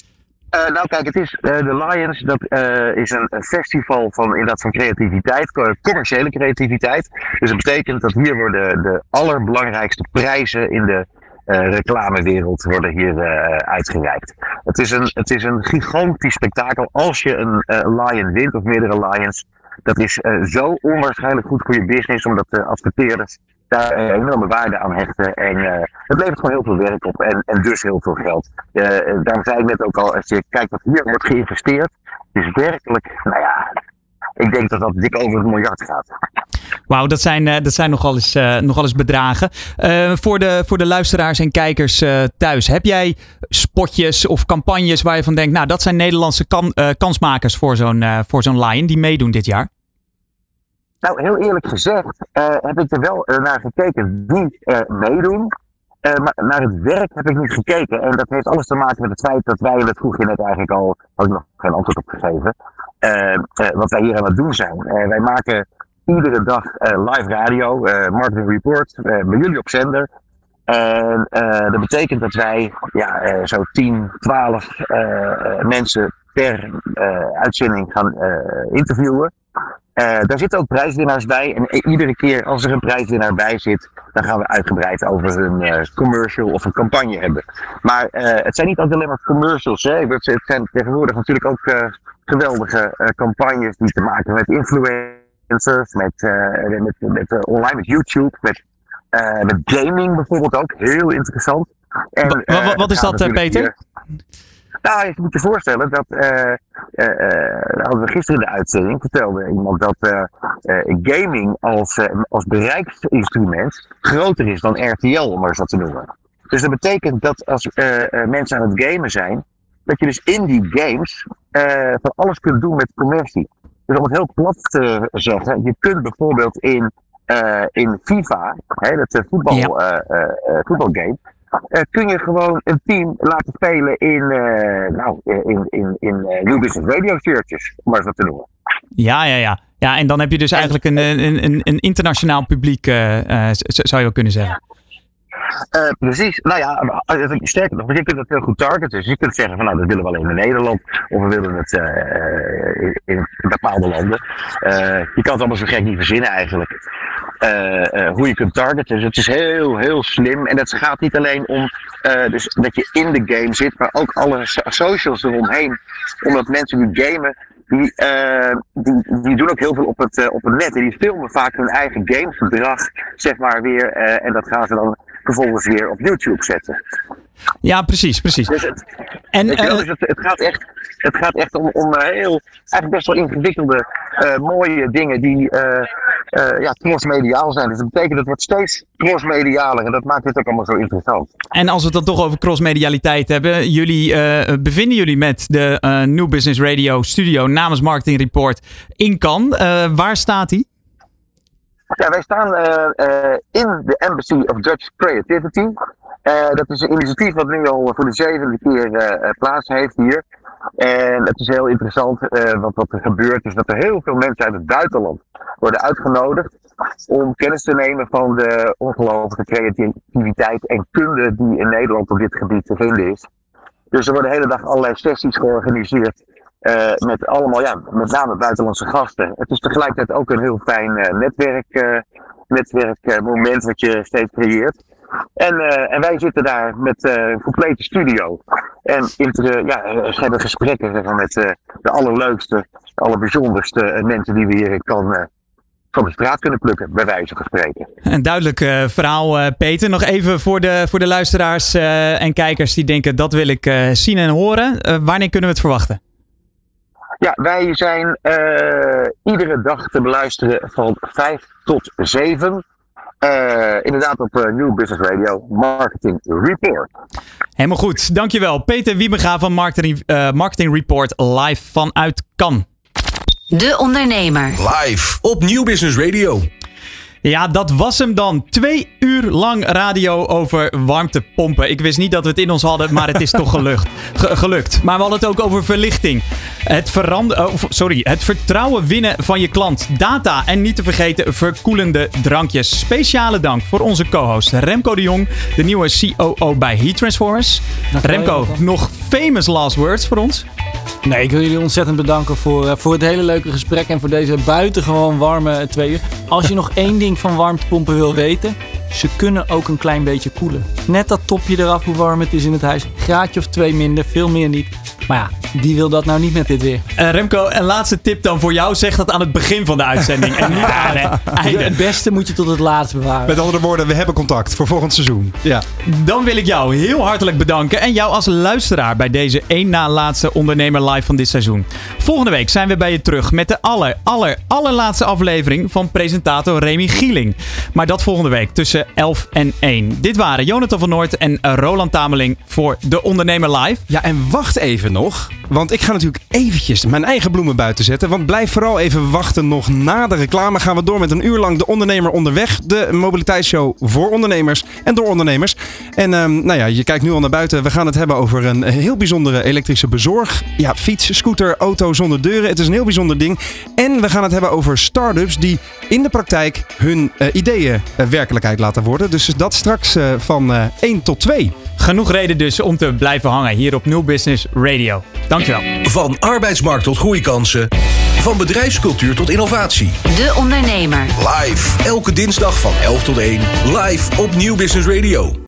S9: Uh, nou kijk, het is uh, de Lions, dat uh, is een, een festival van, inderdaad, van creativiteit, commerciële creativiteit. Dus dat betekent dat hier worden de allerbelangrijkste prijzen in de uh, reclamewereld worden hier uh, uitgereikt. Het is, een, het is een gigantisch spektakel als je een uh, Lion wint of meerdere Lions. Dat is uh, zo onwaarschijnlijk goed voor je business, omdat de adverteerders daar uh, enorme waarde aan hechten. En uh, het levert gewoon heel veel werk op en, en dus heel veel geld. Uh, daarom zei ik net ook al, als je kijkt wat hier wordt geïnvesteerd, is werkelijk, nou ja, ik denk dat dat dik over een miljard gaat.
S3: Wauw, dat zijn, uh, dat zijn nogal eens, uh, nogal eens bedragen. Uh, voor, de, voor de luisteraars en kijkers uh, thuis, heb jij spotjes of campagnes waar je van denkt, nou dat zijn Nederlandse kan, uh, kansmakers voor zo'n, uh, voor zo'n Lion die meedoen dit jaar?
S9: Nou, heel eerlijk gezegd uh, heb ik er wel uh, naar gekeken wie er meedoen. Uh, maar naar het werk heb ik niet gekeken. En dat heeft alles te maken met het feit dat wij, dat vroeg je net eigenlijk al, had ik nog geen antwoord op gegeven, uh, uh, wat wij hier aan het doen zijn. Uh, wij maken iedere dag uh, live radio, uh, Marketing Report, uh, bij jullie op zender. En uh, dat betekent dat wij ja, uh, zo tien, twaalf uh, mensen per uh, uitzending gaan uh, interviewen. Uh, daar zitten ook prijswinnaars bij. En iedere keer als er een prijswinnaar bij zit, dan gaan we uitgebreid over een uh, commercial of een campagne hebben. Maar uh, het zijn niet altijd alleen maar commercials. Hè? Het zijn tegenwoordig natuurlijk ook uh, geweldige uh, campagnes die te maken hebben met influencers. influencers, met, uh, met, met uh, online, met YouTube, met, uh, met gaming bijvoorbeeld ook. Heel interessant. En,
S3: uh, wat, wat is dat, uh, Peter?
S9: Hier, nou, je moet je voorstellen dat, uh, uh, uh, hadden we gisteren in de uitzending, vertelde iemand dat uh, uh, gaming als, uh, als bereiksinstrument groter is dan R T L, om maar eens wat te noemen. Dus dat betekent dat als uh, uh, mensen aan het gamen zijn, dat je dus in die games uh, van alles kunt doen met commercie. Dus om het heel plat te zeggen, je kunt bijvoorbeeld in, uh, in FIFA, hè, dat uh, voetbal, ja. uh, uh, voetbalgame, uh, kun je gewoon een team laten spelen in, uh, nou, in, in, in uh, New Business Radio shirtjes, om maar eens wat te noemen.
S3: Ja, ja, ja. Ja, en dan heb je dus eigenlijk een, een, een, een internationaal publiek, uh, uh, zou je wel kunnen zeggen.
S9: Uh, precies. Nou ja, sterker nog, je kunt het heel goed targeten. Dus je kunt zeggen van nou, dat willen we alleen in Nederland. Of we willen het uh, in, in bepaalde landen. Uh, je kan het allemaal zo gek niet verzinnen eigenlijk. Uh, uh, hoe je kunt targeten. Dus het is heel, heel slim. En het gaat niet alleen om uh, dus dat je in de game zit, maar ook alle socials eromheen. Omdat mensen die gamen, die, uh, die, die doen ook heel veel op het, uh, op het net. En die filmen vaak hun eigen gamegedrag, zeg maar weer. Uh, en dat gaan ze dan vervolgens weer op YouTube zetten.
S3: Ja, precies, precies.
S9: Dus het,
S3: en,
S9: uh,
S3: uh,
S9: dus het, het, gaat echt, het gaat echt om, om heel, eigenlijk best wel ingewikkelde, uh, mooie dingen die uh, uh, ja, crossmediaal zijn. Dus dat betekent dat het wordt steeds crossmedialer en dat maakt het ook allemaal zo interessant.
S3: En als we het dan toch over crossmedialiteit hebben, jullie uh, bevinden jullie met de uh, New Business Radio studio namens Marketing Report in Cannes. Uh, waar staat die?
S9: Ja, wij staan uh, uh, in de Embassy of Dutch Creativity. Uh, dat is een initiatief wat nu al voor de zevende keer uh, plaats heeft hier. En het is heel interessant, uh, want wat er gebeurt is dat er heel veel mensen uit het buitenland worden uitgenodigd om kennis te nemen van de ongelooflijke creativiteit en kunde die in Nederland op dit gebied te vinden is. Dus er worden de hele dag allerlei sessies georganiseerd. Uh, met allemaal, ja, met name buitenlandse gasten. Het is tegelijkertijd ook een heel fijn uh, netwerk, uh, netwerkmoment uh, wat je steeds creëert. En, uh, en wij zitten daar met uh, een complete studio. En inter, ja, we hebben gesprekken zeg maar, met uh, de allerleukste, de allerbijzonderste uh, mensen die we hier kan, uh, van de straat kunnen plukken, bij wijze van spreken.
S3: Een duidelijk uh, verhaal, uh, Peter. Nog even voor de, voor de luisteraars uh, en kijkers die denken, dat wil ik uh, zien en horen. Uh, wanneer kunnen we het verwachten?
S9: Ja, wij zijn uh, iedere dag te beluisteren van vijf tot zeven. Uh, inderdaad op uh, New Business Radio Marketing Report.
S3: Helemaal goed, dankjewel. Peter Wiebega van Marketing, uh, Marketing Report live vanuit Cannes.
S2: De Ondernemer.
S1: Live op New Business Radio.
S3: Ja, dat was hem dan. Twee uur lang radio over warmtepompen. Ik wist niet dat we het in ons hadden, maar het is toch gelukt. Ge- gelukt. Maar we hadden het ook over verlichting. Het, verand- oh, sorry, het vertrouwen winnen van je klant. Data en niet te vergeten verkoelende drankjes. Speciale dank voor onze co-host Remco de Jong, de nieuwe C O O bij Heat Transformers. Remco, nog famous last words voor ons?
S5: Nee, ik wil jullie ontzettend bedanken voor, uh, voor het hele leuke gesprek en voor deze buitengewoon warme twee uur. Als je nog één ding van warmtepompen wil weten, ze kunnen ook een klein beetje koelen. Net dat topje eraf, hoe warm het is in het huis. Graadje of twee minder, veel meer niet. Maar ja, wie wil dat nou niet met dit weer?
S3: Uh, Remco, een laatste tip dan voor jou. Zeg dat aan het begin van de uitzending en niet aan het einde.
S5: Het beste moet je tot het laatst bewaren.
S4: Met andere woorden, we hebben contact voor volgend seizoen. Ja.
S3: Dan wil ik jou heel hartelijk bedanken. En jou als luisteraar bij deze één na laatste Ondernemer Live van dit seizoen. Volgende week zijn we bij je terug met de aller, aller, allerlaatste aflevering van presentator Remy Gieling. Maar dat volgende week tussen elf en één. Dit waren Jonathan van Noort en Roland Tameling voor de Ondernemer Live.
S4: Ja, en wacht even nog. Want ik ga natuurlijk eventjes mijn eigen bloemen buiten zetten. Want blijf vooral even wachten. Nog na de reclame gaan we door met een uur lang de Ondernemer Onderweg. De mobiliteitsshow voor ondernemers en door ondernemers. En um, nou ja, je kijkt nu al naar buiten. We gaan het hebben over een heel bijzondere elektrische bezorg. Ja, fiets, scooter, auto zonder deuren. Het is een heel bijzonder ding. En we gaan het hebben over start-ups die in de praktijk hun uh, ideeën uh, werkelijkheid laten worden. Dus dat straks uh, van uh, één tot twee.
S3: Genoeg reden dus om te blijven hangen hier op New Business Radio. Dankjewel.
S1: Van arbeidsmarkt tot groeikansen. Van bedrijfscultuur tot innovatie.
S2: De Ondernemer.
S1: Live. Elke dinsdag van elf tot één. Live op New Business Radio.